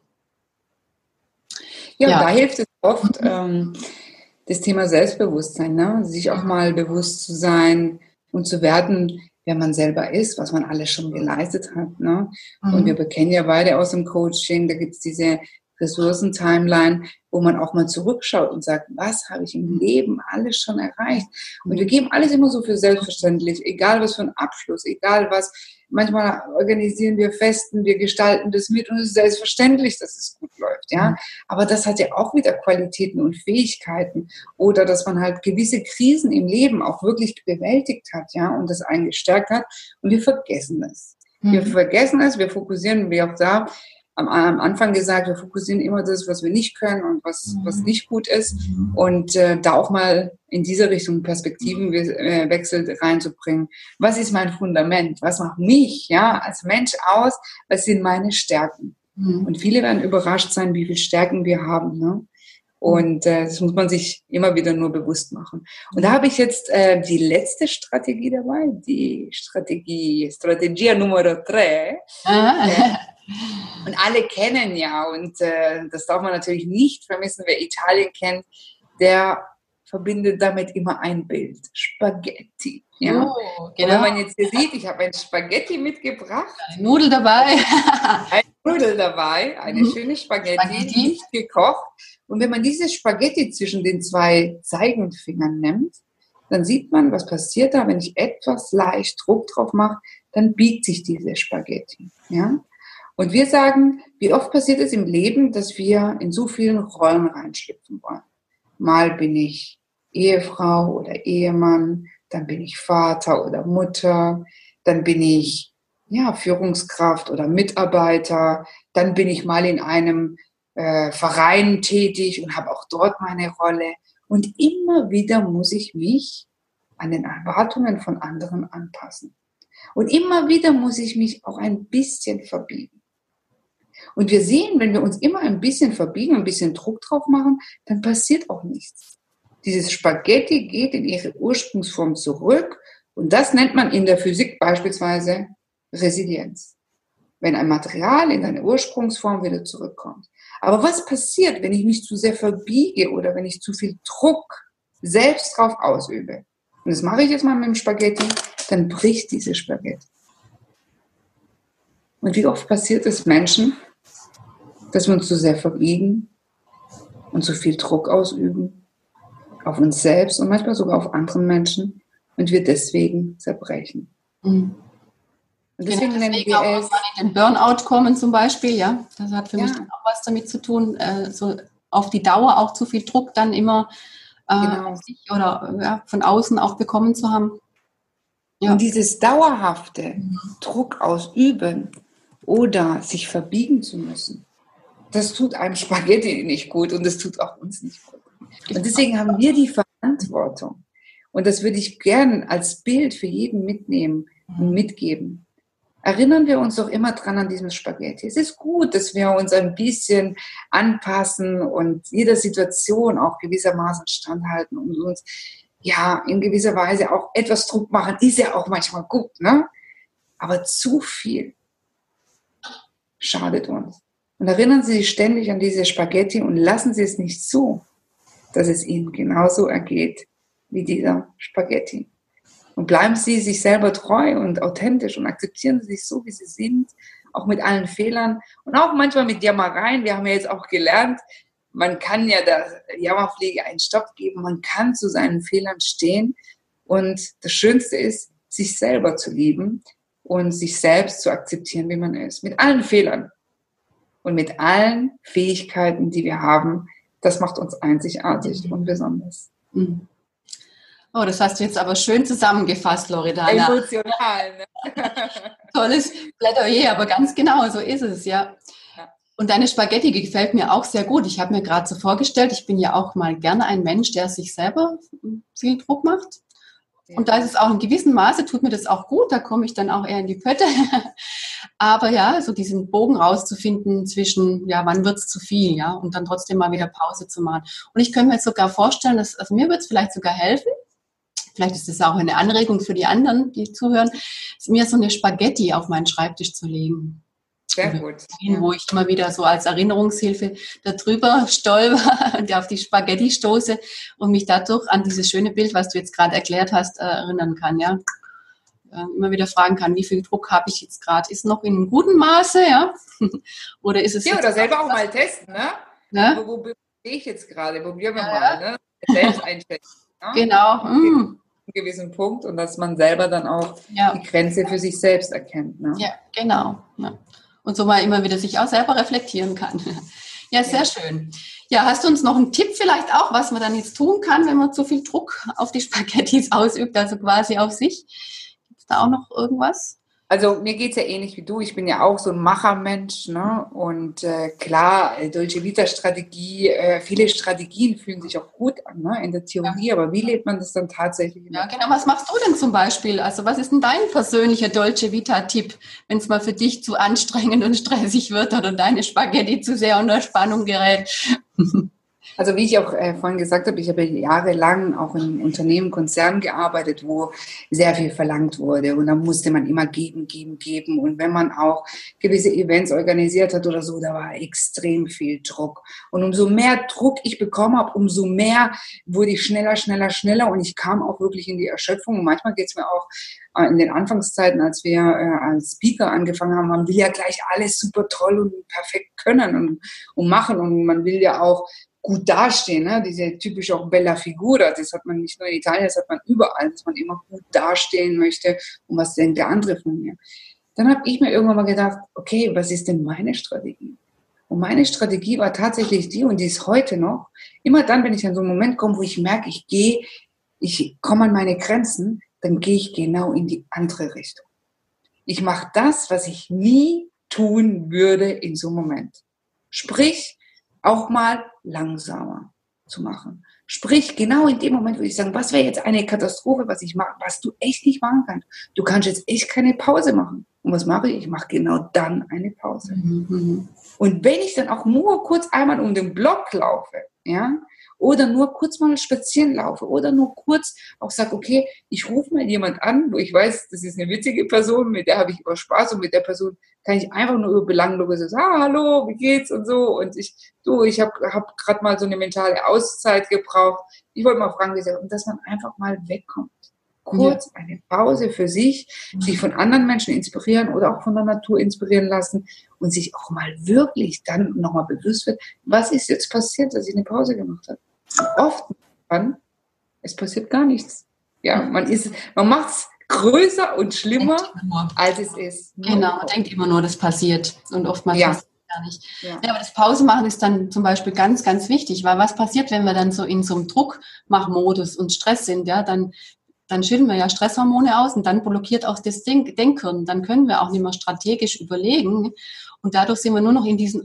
Ja, da hilft es oft, das Thema Selbstbewusstsein, ne? Sich auch mal bewusst zu sein und zu werden, wer man selber ist, was man alles schon geleistet hat. Ne? Und wir kennen ja beide aus dem Coaching, da gibt es diese Ressourcen-Timeline, wo man auch mal zurückschaut und sagt, was habe ich im Leben alles schon erreicht? Und wir geben alles immer so für selbstverständlich, egal was für ein Abschluss, egal was. Manchmal organisieren wir Festen, wir gestalten das mit und es ist selbstverständlich, dass es gut läuft, ja. Aber das hat ja auch wieder Qualitäten und Fähigkeiten oder dass man halt gewisse Krisen im Leben auch wirklich bewältigt hat, ja, und das einen gestärkt hat und wir vergessen es. Wir vergessen es, wir fokussieren, wie auch da am Anfang gesagt, wir fokussieren immer das, was wir nicht können und was nicht gut ist. Und da auch mal in diese Richtung Perspektivenwechsel reinzubringen. Was ist mein Fundament? Was macht mich als Mensch aus? Was sind meine Stärken? Und viele werden überrascht sein, wie viele Stärken wir haben. Ne? Und das muss man sich immer wieder nur bewusst machen. Und da habe ich jetzt die letzte Strategie dabei, die Strategia Numero 3. Und alle kennen und das darf man natürlich nicht vermissen, wer Italien kennt, der verbindet damit immer ein Bild, Spaghetti. Ja? Oh, genau. Und wenn man jetzt hier sieht, ich habe ein Spaghetti mitgebracht. Eine Nudel dabei. Eine schöne Spaghetti, nicht gekocht. Und wenn man dieses Spaghetti zwischen den zwei Zeigenfingern nimmt, dann sieht man, was passiert da, wenn ich etwas leicht Druck drauf mache, dann biegt sich diese Spaghetti. Ja? Und wir sagen, wie oft passiert es im Leben, dass wir in so vielen Rollen reinschlüpfen wollen. Mal bin ich Ehefrau oder Ehemann, dann bin ich Vater oder Mutter, dann bin ich Führungskraft oder Mitarbeiter, dann bin ich mal in einem Verein tätig und habe auch dort meine Rolle. Und immer wieder muss ich mich an den Erwartungen von anderen anpassen. Und immer wieder muss ich mich auch ein bisschen verbiegen. Und wir sehen, wenn wir uns immer ein bisschen verbiegen, ein bisschen Druck drauf machen, dann passiert auch nichts. Dieses Spaghetti geht in ihre Ursprungsform zurück und das nennt man in der Physik beispielsweise Resilienz. Wenn ein Material in seine Ursprungsform wieder zurückkommt. Aber was passiert, wenn ich mich zu sehr verbiege oder wenn ich zu viel Druck selbst drauf ausübe? Und das mache ich jetzt mal mit dem Spaghetti, dann bricht diese Spaghetti. Und wie oft passiert es Menschen, dass wir uns zu sehr verbiegen und zu viel Druck ausüben auf uns selbst und manchmal sogar auf anderen Menschen und wir deswegen zerbrechen. Und deswegen nennen wir auch es in den Burnout kommen zum Beispiel, ja. Das hat für mich dann auch was damit zu tun, so auf die Dauer auch zu viel Druck dann immer auf sich oder von außen auch bekommen zu haben. Ja. Und dieses dauerhafte Druck ausüben oder sich verbiegen zu müssen, das tut einem Spaghetti nicht gut und das tut auch uns nicht gut. Und deswegen haben wir die Verantwortung. Und das würde ich gerne als Bild für jeden mitnehmen und mitgeben. Erinnern wir uns doch immer dran an diesem Spaghetti. Es ist gut, dass wir uns ein bisschen anpassen und jeder Situation auch gewissermaßen standhalten und uns in gewisser Weise auch etwas Druck machen, ist ja auch manchmal gut, ne? Aber zu viel schadet uns. Und erinnern Sie sich ständig an diese Spaghetti und lassen Sie es nicht zu, dass es Ihnen genauso ergeht wie dieser Spaghetti. Und bleiben Sie sich selber treu und authentisch und akzeptieren Sie sich so, wie Sie sind, auch mit allen Fehlern und auch manchmal mit Jammereien. Wir haben ja jetzt auch gelernt, man kann ja der Jammerfliege einen Stopp geben, man kann zu seinen Fehlern stehen und das Schönste ist, sich selber zu lieben und sich selbst zu akzeptieren, wie man ist, mit allen Fehlern und mit allen Fähigkeiten, die wir haben. Das macht uns einzigartig und besonders. Mhm. Oh, das hast du jetzt aber schön zusammengefasst, Loredana. Emotional, ne? Tolles Plädoyer, aber ganz genau, so ist es, ja. Und deine Spaghetti gefällt mir auch sehr gut. Ich habe mir gerade so vorgestellt, ich bin ja auch mal gerne ein Mensch, der sich selber viel Druck macht. Und da ist es auch in gewissem Maße, tut mir das auch gut, da komme ich dann auch eher in die Pötte. Aber ja, so diesen Bogen rauszufinden zwischen, ja, wann wird es zu viel, ja, und dann trotzdem mal wieder Pause zu machen. Und ich könnte mir jetzt sogar vorstellen, dass, also mir wird es vielleicht sogar helfen, vielleicht ist es auch eine Anregung für die anderen, die zuhören, mir so eine Spaghetti auf meinen Schreibtisch zu legen. Sehr gut. Wo ich immer wieder so als Erinnerungshilfe darüber stolper und auf die Spaghetti stoße und mich dadurch an dieses schöne Bild, was du jetzt gerade erklärt hast, erinnern kann, ja. Immer wieder fragen kann, wie viel Druck habe ich jetzt gerade? Ist noch in einem guten Maße, ja? Oder ist es ja, oder selber auch mal testen, ne? Ja? Wo stehe ich jetzt gerade? Probieren wir mal, ne? Selbst einschätzen. Ne? Genau. Einen gewissen Punkt und dass man selber dann auch die Grenze für sich selbst erkennt. Ne? Ja, genau. Ja. Und so mal immer wieder sich auch selber reflektieren kann. Ja, sehr schön. Ja, hast du uns noch einen Tipp vielleicht auch, was man dann jetzt tun kann, wenn man zu viel Druck auf die Spaghettis ausübt, also quasi auf sich? Gibt es da auch noch irgendwas? Also mir geht es ja ähnlich wie du. Ich bin ja auch so ein Machermensch, ne? Und klar, Dolce Vita Strategie, viele Strategien fühlen sich auch gut an, ne? In der Theorie, aber wie lebt man das dann tatsächlich? Ja, genau. Was machst du denn zum Beispiel? Also was ist denn dein persönlicher Dolce Vita Tipp, wenn es mal für dich zu anstrengend und stressig wird oder deine Spaghetti zu sehr unter Spannung gerät? Also wie ich auch vorhin gesagt habe, ich habe jahrelang auch in Unternehmen, Konzernen gearbeitet, wo sehr viel verlangt wurde und da musste man immer geben. Und wenn man auch gewisse Events organisiert hat oder so, da war extrem viel Druck. Und umso mehr Druck ich bekommen habe, umso mehr wurde ich schneller und ich kam auch wirklich in die Erschöpfung. Und manchmal geht es mir auch in den Anfangszeiten, als wir als Speaker angefangen haben, man will ja gleich alles super toll und perfekt können und machen und man will ja auch gut dastehen, ne? Diese typische auch Bella Figura, das hat man nicht nur in Italien, das hat man überall, dass man immer gut dastehen möchte und was denkt der andere von mir. Dann habe ich mir irgendwann mal gedacht, okay, was ist denn meine Strategie? Und meine Strategie war tatsächlich die und die ist heute noch, immer dann, wenn ich an so einen Moment komme, wo ich merke, ich komme an meine Grenzen, dann gehe ich genau in die andere Richtung. Ich mache das, was ich nie tun würde in so einem Moment. Sprich, auch mal langsamer zu machen. Sprich, genau in dem Moment würde ich sagen, was wäre jetzt eine Katastrophe, was ich mache, was du echt nicht machen kannst. Du kannst jetzt echt keine Pause machen. Und was mache ich? Ich mache genau dann eine Pause. Mhm. Und wenn ich dann auch nur kurz einmal um den Block laufe, ja, oder nur kurz mal spazieren laufe oder nur kurz auch sage, okay, ich rufe mal jemand an, wo ich weiß, das ist eine witzige Person, mit der habe ich immer Spaß und mit der Person kann ich einfach nur über Belanglose sagen, hallo, wie geht's und so und ich habe gerade mal so eine mentale Auszeit gebraucht. Ich wollte mal fragen, und dass man einfach mal wegkommt. Kurz eine Pause für sich von anderen Menschen inspirieren oder auch von der Natur inspirieren lassen und sich auch mal wirklich dann nochmal bewusst wird, was ist jetzt passiert, dass ich eine Pause gemacht habe. Und oft es passiert gar nichts. Ja, man macht es größer und schlimmer, als es ist. Genau, man denkt immer nur, das passiert und oftmals passiert gar nicht. Ja, aber das Pause machen ist dann zum Beispiel ganz, ganz wichtig, weil was passiert, wenn wir dann so in so einem Druckmachmodus und Stress sind, ja, dann schütten wir ja Stresshormone aus und dann blockiert auch das Denkhirn. Dann können wir auch nicht mehr strategisch überlegen und dadurch sind wir nur noch in diesem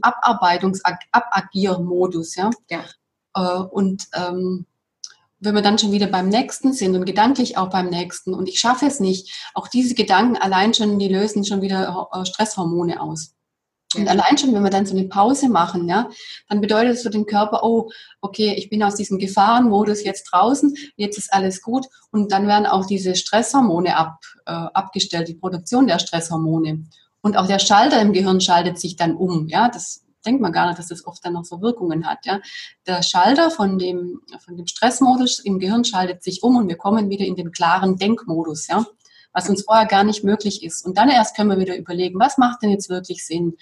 Abagiermodus. Ja? Und wenn wir dann schon wieder beim Nächsten sind und gedanklich auch beim Nächsten und ich schaffe es nicht, auch diese Gedanken allein schon, die lösen schon wieder Stresshormone aus. Und allein schon, wenn wir dann so eine Pause machen, ja, dann bedeutet es für den Körper, oh, okay, ich bin aus diesem Gefahrenmodus jetzt draußen, jetzt ist alles gut. Und dann werden auch diese Stresshormone abgestellt, die Produktion der Stresshormone. Und auch der Schalter im Gehirn schaltet sich dann um, ja, das denkt man gar nicht, dass das oft dann noch so Wirkungen hat, ja. Der Schalter von dem Stressmodus im Gehirn schaltet sich um und wir kommen wieder in den klaren Denkmodus, ja. Was uns vorher gar nicht möglich ist. Und dann erst können wir wieder überlegen, was macht denn jetzt wirklich Sinn?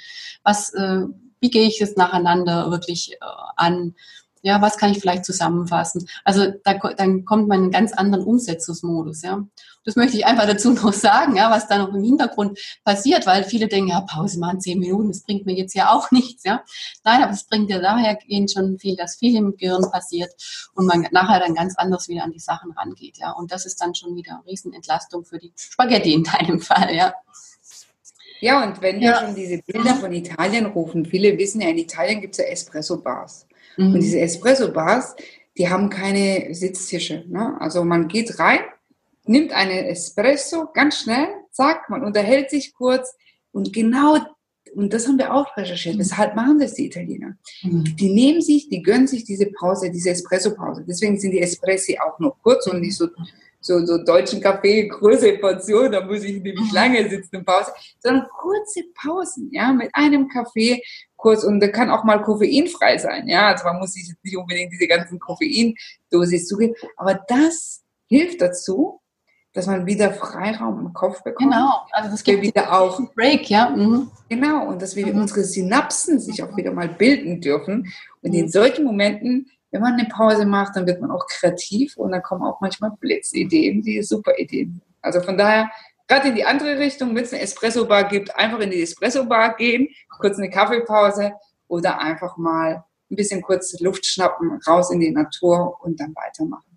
Wie gehe ich jetzt nacheinander wirklich an? Ja, was kann ich vielleicht zusammenfassen? Also dann kommt man in einen ganz anderen Umsetzungsmodus, ja. Das möchte ich einfach dazu noch sagen, ja, was da noch im Hintergrund passiert, weil viele denken, ja, Pause machen 10 Minuten, das bringt mir jetzt ja auch nichts, ja. Nein, aber es bringt ja dahergehend schon viel, dass viel im Gehirn passiert und man nachher dann ganz anders wieder an die Sachen rangeht, ja. Und das ist dann schon wieder eine Riesenentlastung für die Spaghetti in deinem Fall, ja. Ja, und wenn wir schon diese Bilder von Italien rufen, viele wissen ja, in Italien gibt es ja Espresso-Bars. Und diese Espresso-Bars, die haben keine Sitztische. Ne? Also man geht rein nimmt einen Espresso ganz schnell, zack, man unterhält sich kurz und genau, und das haben wir auch recherchiert, weshalb machen das die Italiener? Die gönnen sich diese Pause, diese Espresso-Pause. Deswegen sind die Espressi auch nur kurz und nicht so deutschen Kaffee, große Portion, da muss ich nämlich lange sitzen in Pause, sondern kurze Pausen, ja, mit einem Kaffee kurz, und der kann auch mal koffeinfrei sein, ja, also man muss sich jetzt nicht unbedingt diese ganzen Koffeindosis zugeben, aber das hilft dazu, dass man wieder Freiraum im Kopf bekommt. Genau, also das gibt wieder auch einen Break, ja. Genau, und dass wir unsere Synapsen sich auch wieder mal bilden dürfen. Und in solchen Momenten, wenn man eine Pause macht, dann wird man auch kreativ und dann kommen auch manchmal Blitzideen, die super Ideen. Also von daher, gerade in die andere Richtung, wenn es eine Espresso-Bar gibt, einfach in die Espresso-Bar gehen, kurz eine Kaffeepause oder einfach mal ein bisschen kurz Luft schnappen, raus in die Natur und dann weitermachen.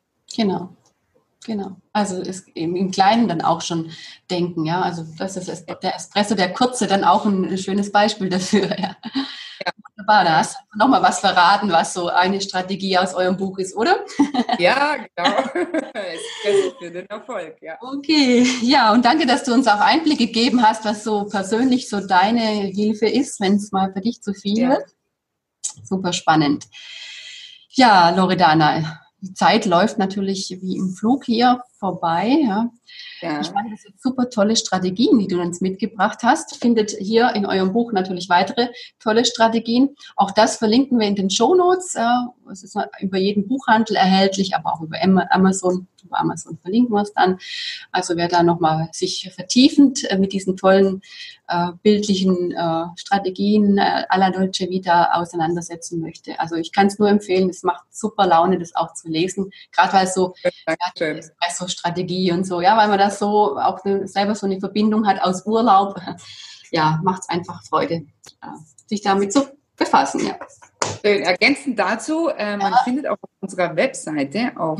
Genau. Also ist eben im Kleinen dann auch schon denken, ja. Also das ist der Espresso, der kurze, dann auch ein schönes Beispiel dafür, ja. Wunderbar, da hast du nochmal was verraten, was so eine Strategie aus eurem Buch ist, oder? Ja, genau. Espresso für den Erfolg, ja. Okay, ja, und danke, dass du uns auch Einblick gegeben hast, was so persönlich so deine Hilfe ist, wenn es mal für dich zu viel wird. Super spannend. Ja, Loredana, die Zeit läuft natürlich wie im Flug hier vorbei. Ja. Ich fand das jetzt super tolle Strategien, die du uns mitgebracht hast. Findet hier in eurem Buch natürlich weitere tolle Strategien. Auch das verlinken wir in den Shownotes. Es ist über jeden Buchhandel erhältlich, aber auch über Amazon. Über Amazon verlinken wir es dann. Also wer da nochmal sich vertiefend mit diesen tollen bildlichen Strategien à la Dolce Vita auseinandersetzen möchte. Also ich kann es nur empfehlen, es macht super Laune, das auch zu lesen. Gerade weil es so Espresso-Strategie und so, ja, weil man das so auch selber so eine Verbindung hat aus Urlaub. Ja, macht es einfach Freude, sich damit zu befassen, ja. Ergänzend dazu, man findet auch auf unserer Webseite auf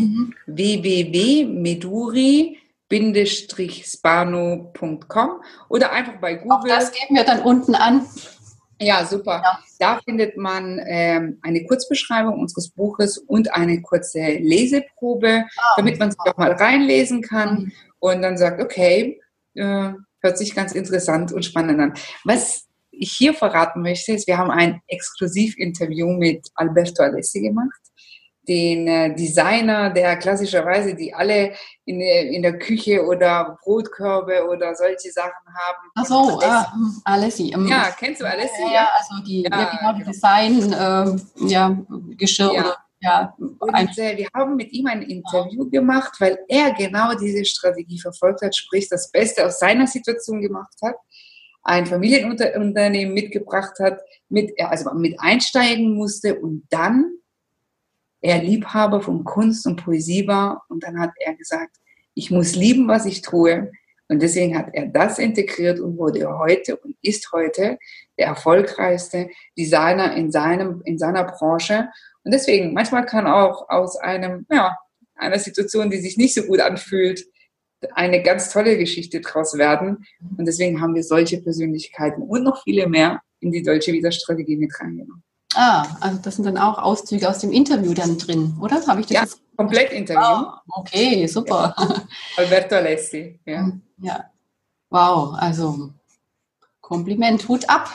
www.meduri-spano.com oder einfach bei Google. Auch das geben wir dann unten an. Ja, super. Ja. Da findet man eine Kurzbeschreibung unseres Buches und eine kurze Leseprobe, damit man sich auch mal reinlesen kann und dann sagt, okay, hört sich ganz interessant und spannend an. Was ich hier verraten möchte, ist, wir haben ein Exklusivinterview mit Alberto Alessi gemacht, den Designer, der klassischerweise, die alle in der Küche oder Brotkörbe oder solche Sachen haben. Ach so, Alessi. Ja, kennst du Alessi? Ja, also die Design, Geschirr oder Und wir haben mit ihm ein Interview gemacht, weil er genau diese Strategie verfolgt hat, sprich das Beste aus seiner Situation gemacht hat, ein Familienunternehmen mitgebracht hat, mit einsteigen musste und dann er Liebhaber von Kunst und Poesie war und dann hat er gesagt, ich muss lieben, was ich tue, und deswegen hat er das integriert und wurde heute und ist heute der erfolgreichste Designer in seiner Branche. Und deswegen, manchmal kann auch aus einer Situation, die sich nicht so gut anfühlt, eine ganz tolle Geschichte draus werden. Und deswegen haben wir solche Persönlichkeiten und noch viele mehr in die Dolce Vita Strategie mit reingenommen. Also das sind dann auch Auszüge aus dem Interview dann drin, oder? Habe ich das jetzt komplett Interview. Okay, super. Ja. Alberto Alessi, ja. Ja. Wow, also Kompliment, Hut ab.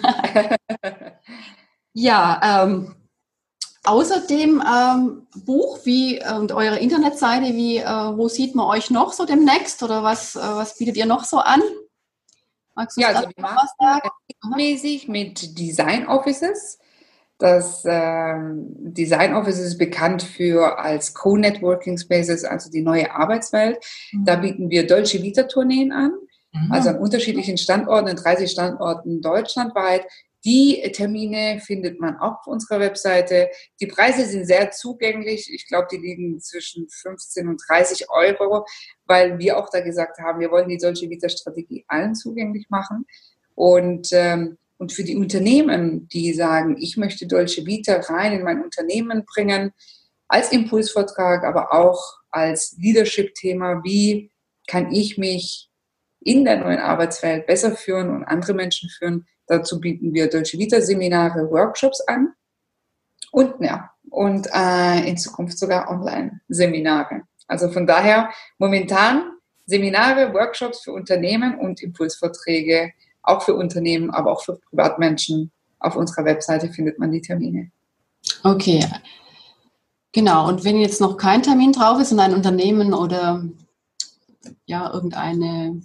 Ja, außer dem Buch und eure Internetseite, wo sieht man euch noch so demnächst oder was bietet ihr noch so an? Magst du also wir machen was sagen? Mäßig mit Design Offices. Das Design Office ist bekannt als Co-Networking Spaces, also die neue Arbeitswelt. Da bieten wir Dolce Vita Tourneen an, also an unterschiedlichen Standorten, in 30 Standorten deutschlandweit. Die Termine findet man auch auf unserer Webseite. Die Preise sind sehr zugänglich. Ich glaube, die liegen zwischen 15 und 30 Euro, weil wir auch da gesagt haben, wir wollen die Dolce Vita Strategie allen zugänglich machen. Und für die Unternehmen, die sagen, ich möchte Dolce Vita rein in mein Unternehmen bringen, als Impulsvortrag, aber auch als Leadership-Thema, wie kann ich mich in der neuen Arbeitswelt besser führen und andere Menschen führen. Dazu bieten wir Dolce Vita Seminare, Workshops an und in Zukunft sogar Online-Seminare. Also von daher momentan Seminare, Workshops für Unternehmen und Impulsvorträge, auch für Unternehmen, aber auch für Privatmenschen. Auf unserer Webseite findet man die Termine. Okay, genau. Und wenn jetzt noch kein Termin drauf ist und ein Unternehmen oder ja ein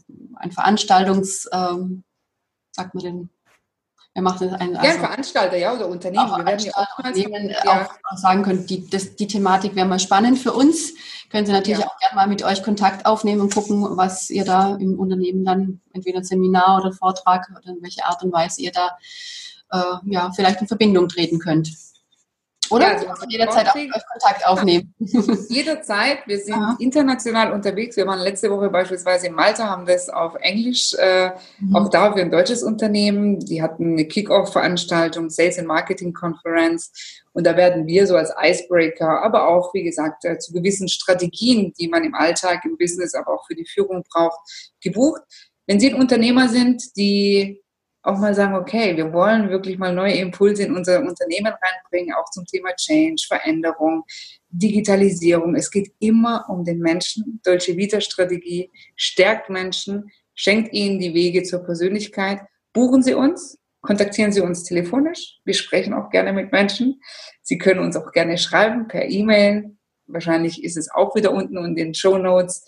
sagt man denn, wer macht das ein? Also, Veranstalter, ja, oder Unternehmen. Wir werden ja auch sagen können, die Thematik wäre mal spannend für uns. Können Sie natürlich auch gerne mal mit euch Kontakt aufnehmen und gucken, was ihr da im Unternehmen dann, entweder ein Seminar oder Vortrag oder in welche Art und Weise ihr da vielleicht in Verbindung treten könnt. Oder? Ja, also jederzeit auch mit euch Kontakt aufnehmen. Jederzeit. Wir sind international unterwegs. Wir waren letzte Woche beispielsweise in Malta, haben das auf Englisch, auch da für ein deutsches Unternehmen. Die hatten eine Kick-Off-Veranstaltung, Sales and Marketing Conference. Und da werden wir so als Icebreaker, aber auch, wie gesagt, zu gewissen Strategien, die man im Alltag, im Business, aber auch für die Führung braucht, gebucht. Wenn Sie ein Unternehmer sind, die auch mal sagen, okay, wir wollen wirklich mal neue Impulse in unser Unternehmen reinbringen, auch zum Thema Change, Veränderung, Digitalisierung. Es geht immer um den Menschen. Dolce Vita Strategie stärkt Menschen, schenkt ihnen die Wege zur Persönlichkeit. Buchen Sie uns, kontaktieren Sie uns telefonisch. Wir sprechen auch gerne mit Menschen. Sie können uns auch gerne schreiben per E-Mail. Wahrscheinlich ist es auch wieder unten in den Shownotes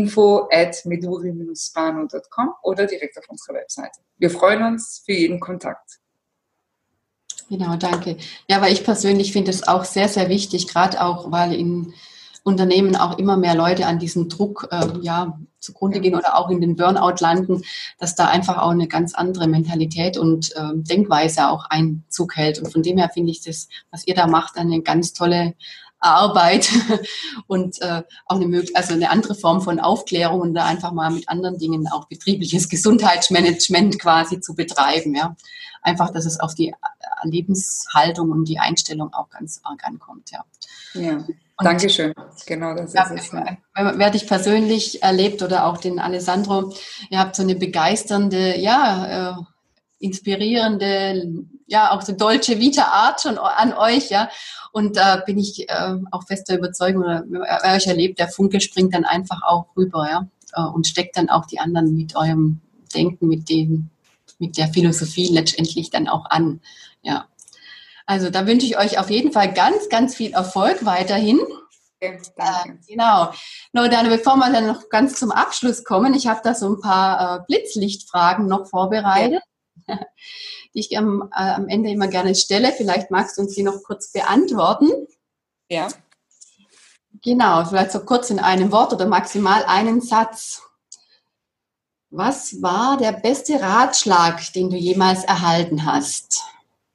info@meduri-spano.com oder direkt auf unserer Webseite. Wir freuen uns für jeden Kontakt. Genau, danke. Ja, weil ich persönlich finde es auch sehr, sehr wichtig, gerade auch, weil in Unternehmen auch immer mehr Leute an diesem Druck zugrunde gehen oder auch in den Burnout landen, dass da einfach auch eine ganz andere Mentalität und Denkweise auch Einzug hält. Und von dem her finde ich das, was ihr da macht, eine ganz tolle Arbeit und auch eine andere Form von Aufklärung und da einfach mal mit anderen Dingen auch betriebliches Gesundheitsmanagement quasi zu betreiben. Ja. Einfach, dass es auf die Lebenshaltung und die Einstellung auch ganz arg ankommt. Ja. Dankeschön. Genau, das ist es. Wer dich persönlich erlebt oder auch den Alessandro, ihr habt so eine begeisternde, inspirierende, auch so Dolce Vita Art schon an euch, ja. Und da bin ich auch fester Überzeugung, wer euch erlebt, der Funke springt dann einfach auch rüber, ja. Und steckt dann auch die anderen mit eurem Denken, mit der Philosophie letztendlich dann auch an, ja. Also da wünsche ich euch auf jeden Fall ganz, ganz viel Erfolg weiterhin. Danke. Genau. No, dann, bevor wir dann noch ganz zum Abschluss kommen, ich habe da so ein paar Blitzlichtfragen noch vorbereitet, die ich am Ende immer gerne stelle. Vielleicht magst du uns die noch kurz beantworten. Ja. Genau, vielleicht so kurz in einem Wort oder maximal einen Satz. Was war der beste Ratschlag, den du jemals erhalten hast?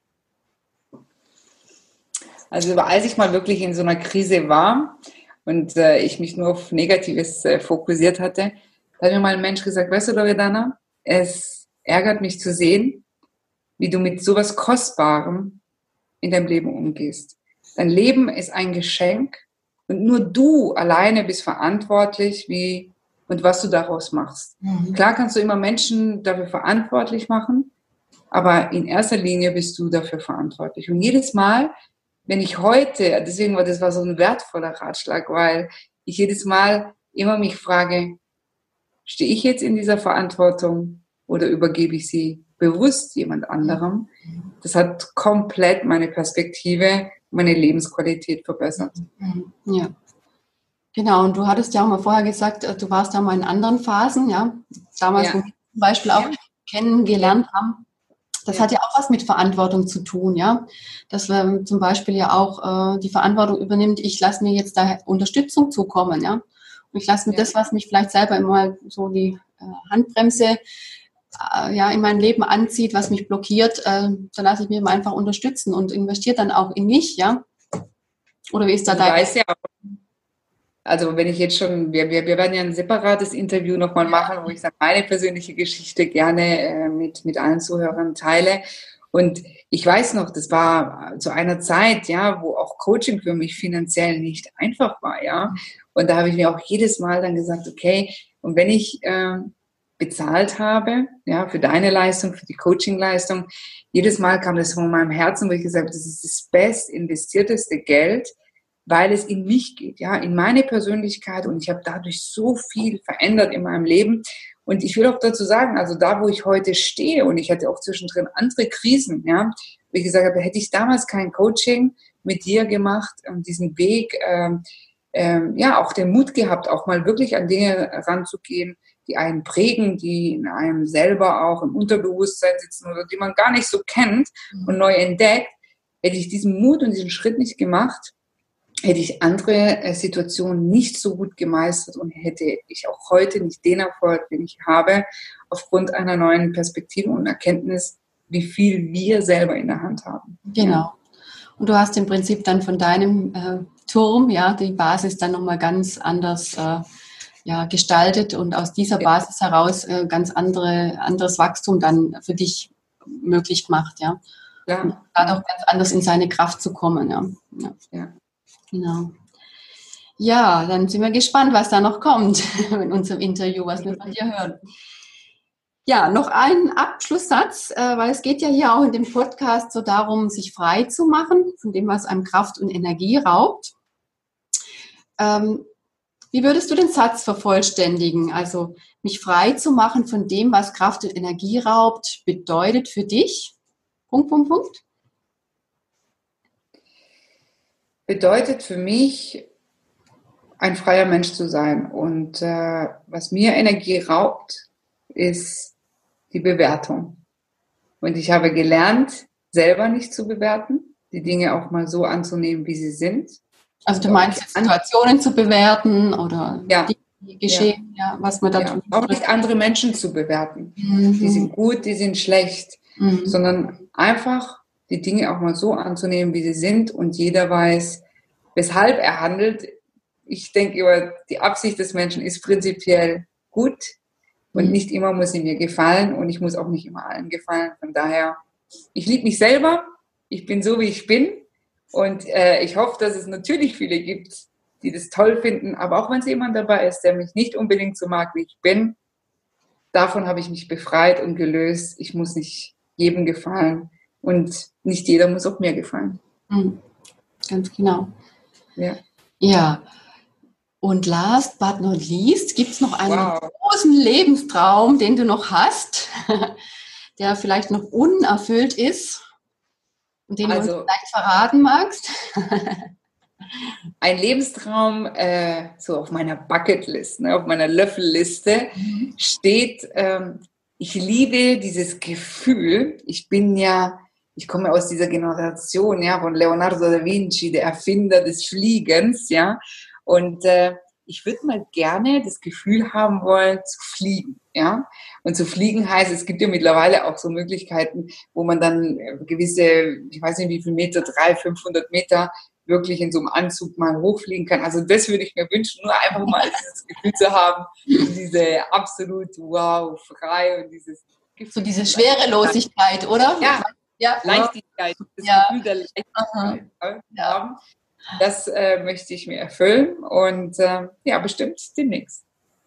Also als ich mal wirklich in so einer Krise war und ich mich nur auf Negatives fokussiert hatte, hat mir mal ein Mensch gesagt, weißt du, Loredana, es ärgert mich zu sehen, wie du mit sowas Kostbarem in deinem Leben umgehst. Dein Leben ist ein Geschenk und nur du alleine bist verantwortlich, wie und was du daraus machst. Klar kannst du immer Menschen dafür verantwortlich machen, aber in erster Linie bist du dafür verantwortlich. Und jedes Mal, wenn ich heute, deswegen war das so ein wertvoller Ratschlag, weil ich jedes Mal immer mich frage, stehe ich jetzt in dieser Verantwortung oder übergebe ich sie bewusst jemand anderem? Das hat komplett meine Perspektive, meine Lebensqualität verbessert. Ja, genau. Und du hattest ja auch mal vorher gesagt, du warst da mal in anderen Phasen, ja. Damals, wo wir zum Beispiel auch kennengelernt haben. Das hat ja auch was mit Verantwortung zu tun, ja. Dass man zum Beispiel ja auch die Verantwortung übernimmt, ich lasse mir jetzt da Unterstützung zukommen, ja. Und ich lasse mir das, was mich vielleicht selber immer so die Handbremse in mein Leben anzieht, was mich blockiert, dann lasse ich mich einfach unterstützen und investiere dann auch in mich, ja. Oder wie ist da dein... Also wenn ich jetzt schon, wir werden ja ein separates Interview nochmal machen, wo ich dann meine persönliche Geschichte gerne mit allen Zuhörern teile. Und ich weiß noch, das war zu einer Zeit, ja, wo auch Coaching für mich finanziell nicht einfach war, ja. Und da habe ich mir auch jedes Mal dann gesagt, okay, und wenn ich bezahlt habe, ja, für deine Leistung, für die Coaching-Leistung, jedes Mal kam das von meinem Herzen, wo ich gesagt habe, das ist das best investierteste Geld, weil es in mich geht, ja, in meine Persönlichkeit, und ich habe dadurch so viel verändert in meinem Leben. Und ich will auch dazu sagen, also da, wo ich heute stehe, und ich hatte auch zwischendrin andere Krisen, ja, wie gesagt habe, hätte ich damals kein Coaching mit dir gemacht und diesen Weg, ja, auch den Mut gehabt, auch mal wirklich an Dinge ranzugehen, die einen prägen, die in einem selber auch im Unterbewusstsein sitzen oder die man gar nicht so kennt und neu entdeckt. Hätte ich diesen Mut und diesen Schritt nicht gemacht, hätte ich andere Situationen nicht so gut gemeistert und hätte ich auch heute nicht den Erfolg, den ich habe, aufgrund einer neuen Perspektive und Erkenntnis, wie viel wir selber in der Hand haben. Genau. Ja. Und du hast im Prinzip dann von deinem Turm, ja, die Basis dann nochmal ganz anders gestaltet und aus dieser Basis heraus ganz anderes Wachstum dann für dich möglich gemacht, ja. Ja. Und dadurch ganz anders in seine Kraft zu kommen, ja. Genau. Ja, dann sind wir gespannt, was da noch kommt in unserem Interview, was wir von dir hören. Ja, noch ein Abschlusssatz, weil es geht ja hier auch in dem Podcast so darum, sich frei zu machen von dem, was einem Kraft und Energie raubt. Wie würdest du den Satz vervollständigen? Also mich frei zu machen von dem, was Kraft und Energie raubt, bedeutet für dich? ... Bedeutet für mich, ein freier Mensch zu sein. Und was mir Energie raubt, ist die Bewertung. Und ich habe gelernt, selber nicht zu bewerten, die Dinge auch mal so anzunehmen, wie sie sind. Also du meinst Situationen zu bewerten oder die geschehen, was man da tut. Auch nicht andere Menschen zu bewerten. Die sind gut, die sind schlecht. Sondern einfach die Dinge auch mal so anzunehmen, wie sie sind, und jeder weiß, weshalb er handelt. Ich denke immer, die Absicht des Menschen ist prinzipiell gut und nicht immer muss sie mir gefallen und ich muss auch nicht immer allen gefallen. Von daher, ich liebe mich selber, ich bin so, wie ich bin, und ich hoffe, dass es natürlich viele gibt, die das toll finden, aber auch wenn es jemand dabei ist, der mich nicht unbedingt so mag, wie ich bin, davon habe ich mich befreit und gelöst. Ich muss nicht jedem gefallen und nicht jeder muss auch mir gefallen. Ganz genau. Ja. Und last but not least, gibt es noch einen großen Lebenstraum, den du noch hast, der vielleicht noch unerfüllt ist und den du uns vielleicht verraten magst? Ein Lebenstraum, so auf meiner Bucketlist, auf meiner Löffelliste steht, ich liebe dieses Gefühl, ich komme aus dieser Generation, von Leonardo da Vinci, der Erfinder des Fliegens, und ich würde mal gerne das Gefühl haben wollen, zu fliegen, Und zu fliegen heißt, es gibt ja mittlerweile auch so Möglichkeiten, wo man dann gewisse, ich weiß nicht wie viele Meter, 300, 500 Meter wirklich in so einem Anzug mal hochfliegen kann. Also das würde ich mir wünschen, nur einfach mal dieses Gefühl zu haben, diese absolut frei und dieses Gefühl. So diese Schwerelosigkeit, oder? Ja. Leichtigkeit, das Gefühl der Leichtigkeit haben. Das möchte ich mir erfüllen und bestimmt demnächst.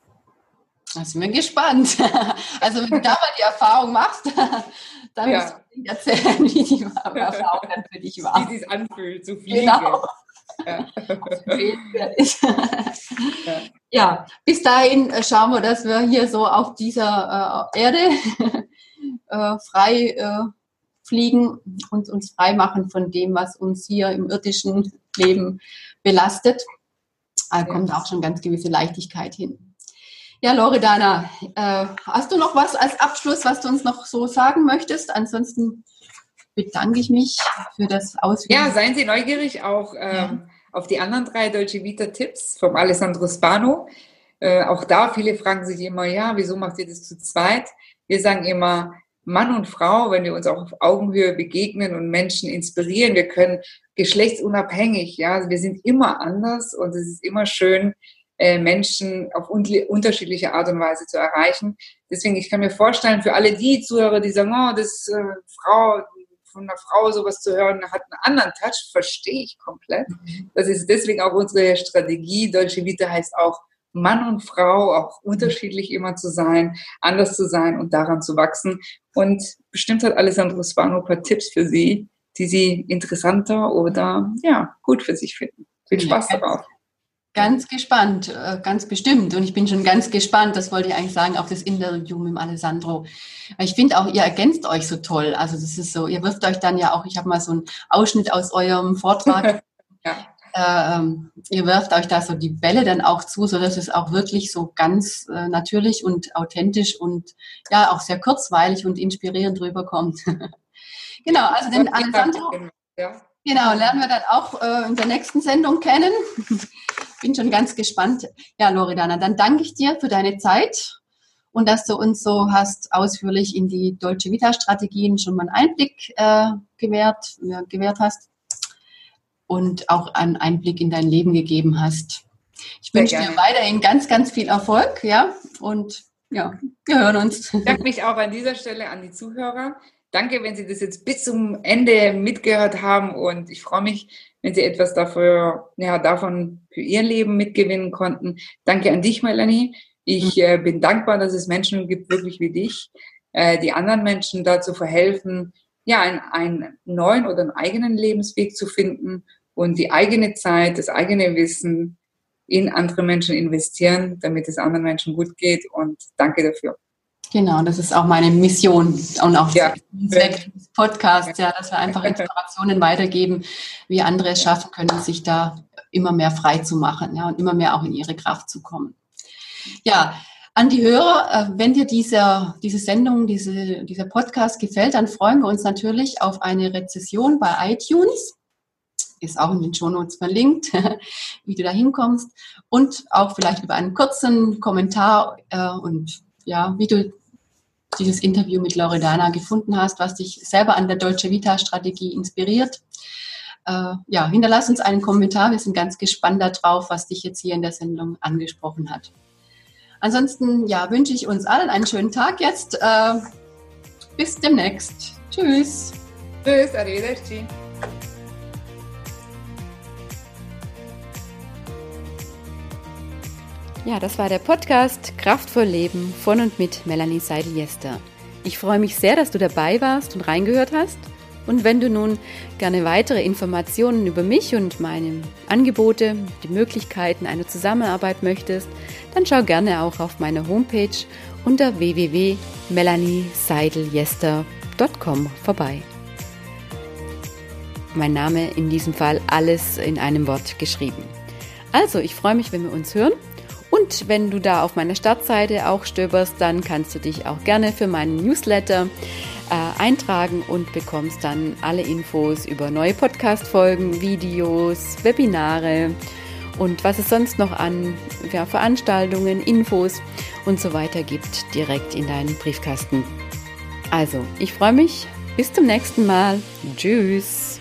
Da sind wir gespannt. Also wenn du da mal die Erfahrung machst, dann musst du erzählen, wie die Erfahrung dann für dich war. Wie es anfühlt, zu fliegen. Genau. Ja, bis dahin schauen wir, dass wir hier so auf dieser Erde frei fliegen und uns frei machen von dem, was uns hier im irdischen Leben belastet. Da kommt auch schon ganz gewisse Leichtigkeit hin. Ja, Loredana, hast du noch was als Abschluss, was du uns noch so sagen möchtest? Ansonsten bedanke ich mich für das Ausführen. Ja, seien Sie neugierig auch auf die anderen 3 Dolce Vita Tipps vom Alessandro Spano. Auch da, viele fragen sich immer, wieso macht ihr das zu zweit? Wir sagen immer, Mann und Frau, wenn wir uns auch auf Augenhöhe begegnen und Menschen inspirieren, wir können geschlechtsunabhängig, wir sind immer anders und es ist immer schön, Menschen auf unterschiedliche Art und Weise zu erreichen. Deswegen, ich kann mir vorstellen, für alle die Zuhörer, die sagen, von einer Frau sowas zu hören, hat einen anderen Touch, verstehe ich komplett. Das ist deswegen auch unsere Strategie. Dolce Vita heißt auch, Mann und Frau auch unterschiedlich immer zu sein, anders zu sein und daran zu wachsen. Und bestimmt hat Alessandro Spano ein paar Tipps für Sie, die Sie interessanter oder gut für sich finden. Viel Spaß darauf. Ganz gespannt, ganz bestimmt. Und ich bin schon ganz gespannt, das wollte ich eigentlich sagen, auf das Interview mit dem Alessandro. Ich finde auch, ihr ergänzt euch so toll. Also das ist so, ihr wirft euch dann ja auch, ich habe mal so einen Ausschnitt aus eurem Vortrag. Ihr wirft euch da so die Bälle dann auch zu, sodass es auch wirklich so ganz natürlich und authentisch und ja auch sehr kurzweilig und inspirierend rüberkommt. Genau, also den Alessandro, genau, lernen wir dann auch in der nächsten Sendung kennen. Bin schon ganz gespannt. Ja, Loredana, dann danke ich dir für deine Zeit und dass du uns so hast ausführlich in die Dolce Vita Strategien schon mal einen Einblick gewährt hast und auch einen Einblick in dein Leben gegeben hast. Ich wünsche dir weiterhin ganz, ganz viel Erfolg, ja, und ja, wir hören uns. Ich danke mich auch an dieser Stelle an die Zuhörer. Danke, wenn Sie das jetzt bis zum Ende mitgehört haben und ich freue mich, wenn Sie etwas davon für Ihr Leben mitgewinnen konnten. Danke an dich, Melanie. Ich bin dankbar, dass es Menschen gibt, wirklich wie dich, die anderen Menschen dazu verhelfen, ja, einen neuen oder einen eigenen Lebensweg zu finden und die eigene Zeit, das eigene Wissen in andere Menschen investieren, damit es anderen Menschen gut geht und danke dafür. Genau, das ist auch meine Mission und auch der Zweck des Podcasts, ja, dass wir einfach Inspirationen weitergeben, wie andere es schaffen können, sich da immer mehr frei zu machen, ja, und immer mehr auch in ihre Kraft zu kommen. Ja, an die Hörer, wenn dir diese Sendung, dieser Podcast gefällt, dann freuen wir uns natürlich auf eine Rezession bei iTunes. Ist auch in den Shownotes verlinkt, wie du da hinkommst. Und auch vielleicht über einen kurzen Kommentar und ja, wie du dieses Interview mit Loredana gefunden hast, was dich selber an der Dolce Vita Strategie inspiriert. Ja, hinterlass uns einen Kommentar. Wir sind ganz gespannt darauf, was dich jetzt hier in der Sendung angesprochen hat. Ansonsten, ja, wünsche ich uns allen einen schönen Tag jetzt. Bis demnächst. Tschüss. Tschüss, arrivederci. Ja, das war der Podcast Kraftvoll Leben von und mit Melanie Seidel-Jester. Ich freue mich sehr, dass du dabei warst und reingehört hast. Und wenn du nun gerne weitere Informationen über mich und meine Angebote, die Möglichkeiten einer Zusammenarbeit möchtest, dann schau gerne auch auf meiner Homepage unter www.melanieseideljester.com vorbei. Mein Name in diesem Fall alles in einem Wort geschrieben. Also, ich freue mich, wenn wir uns hören. Und wenn du da auf meiner Startseite auch stöberst, dann kannst du dich auch gerne für meinen Newsletter eintragen und bekommst dann alle Infos über neue Podcast-Folgen, Videos, Webinare und was es sonst noch an Veranstaltungen, Infos und so weiter gibt, direkt in deinen Briefkasten. Also, ich freue mich. Bis zum nächsten Mal. Tschüss.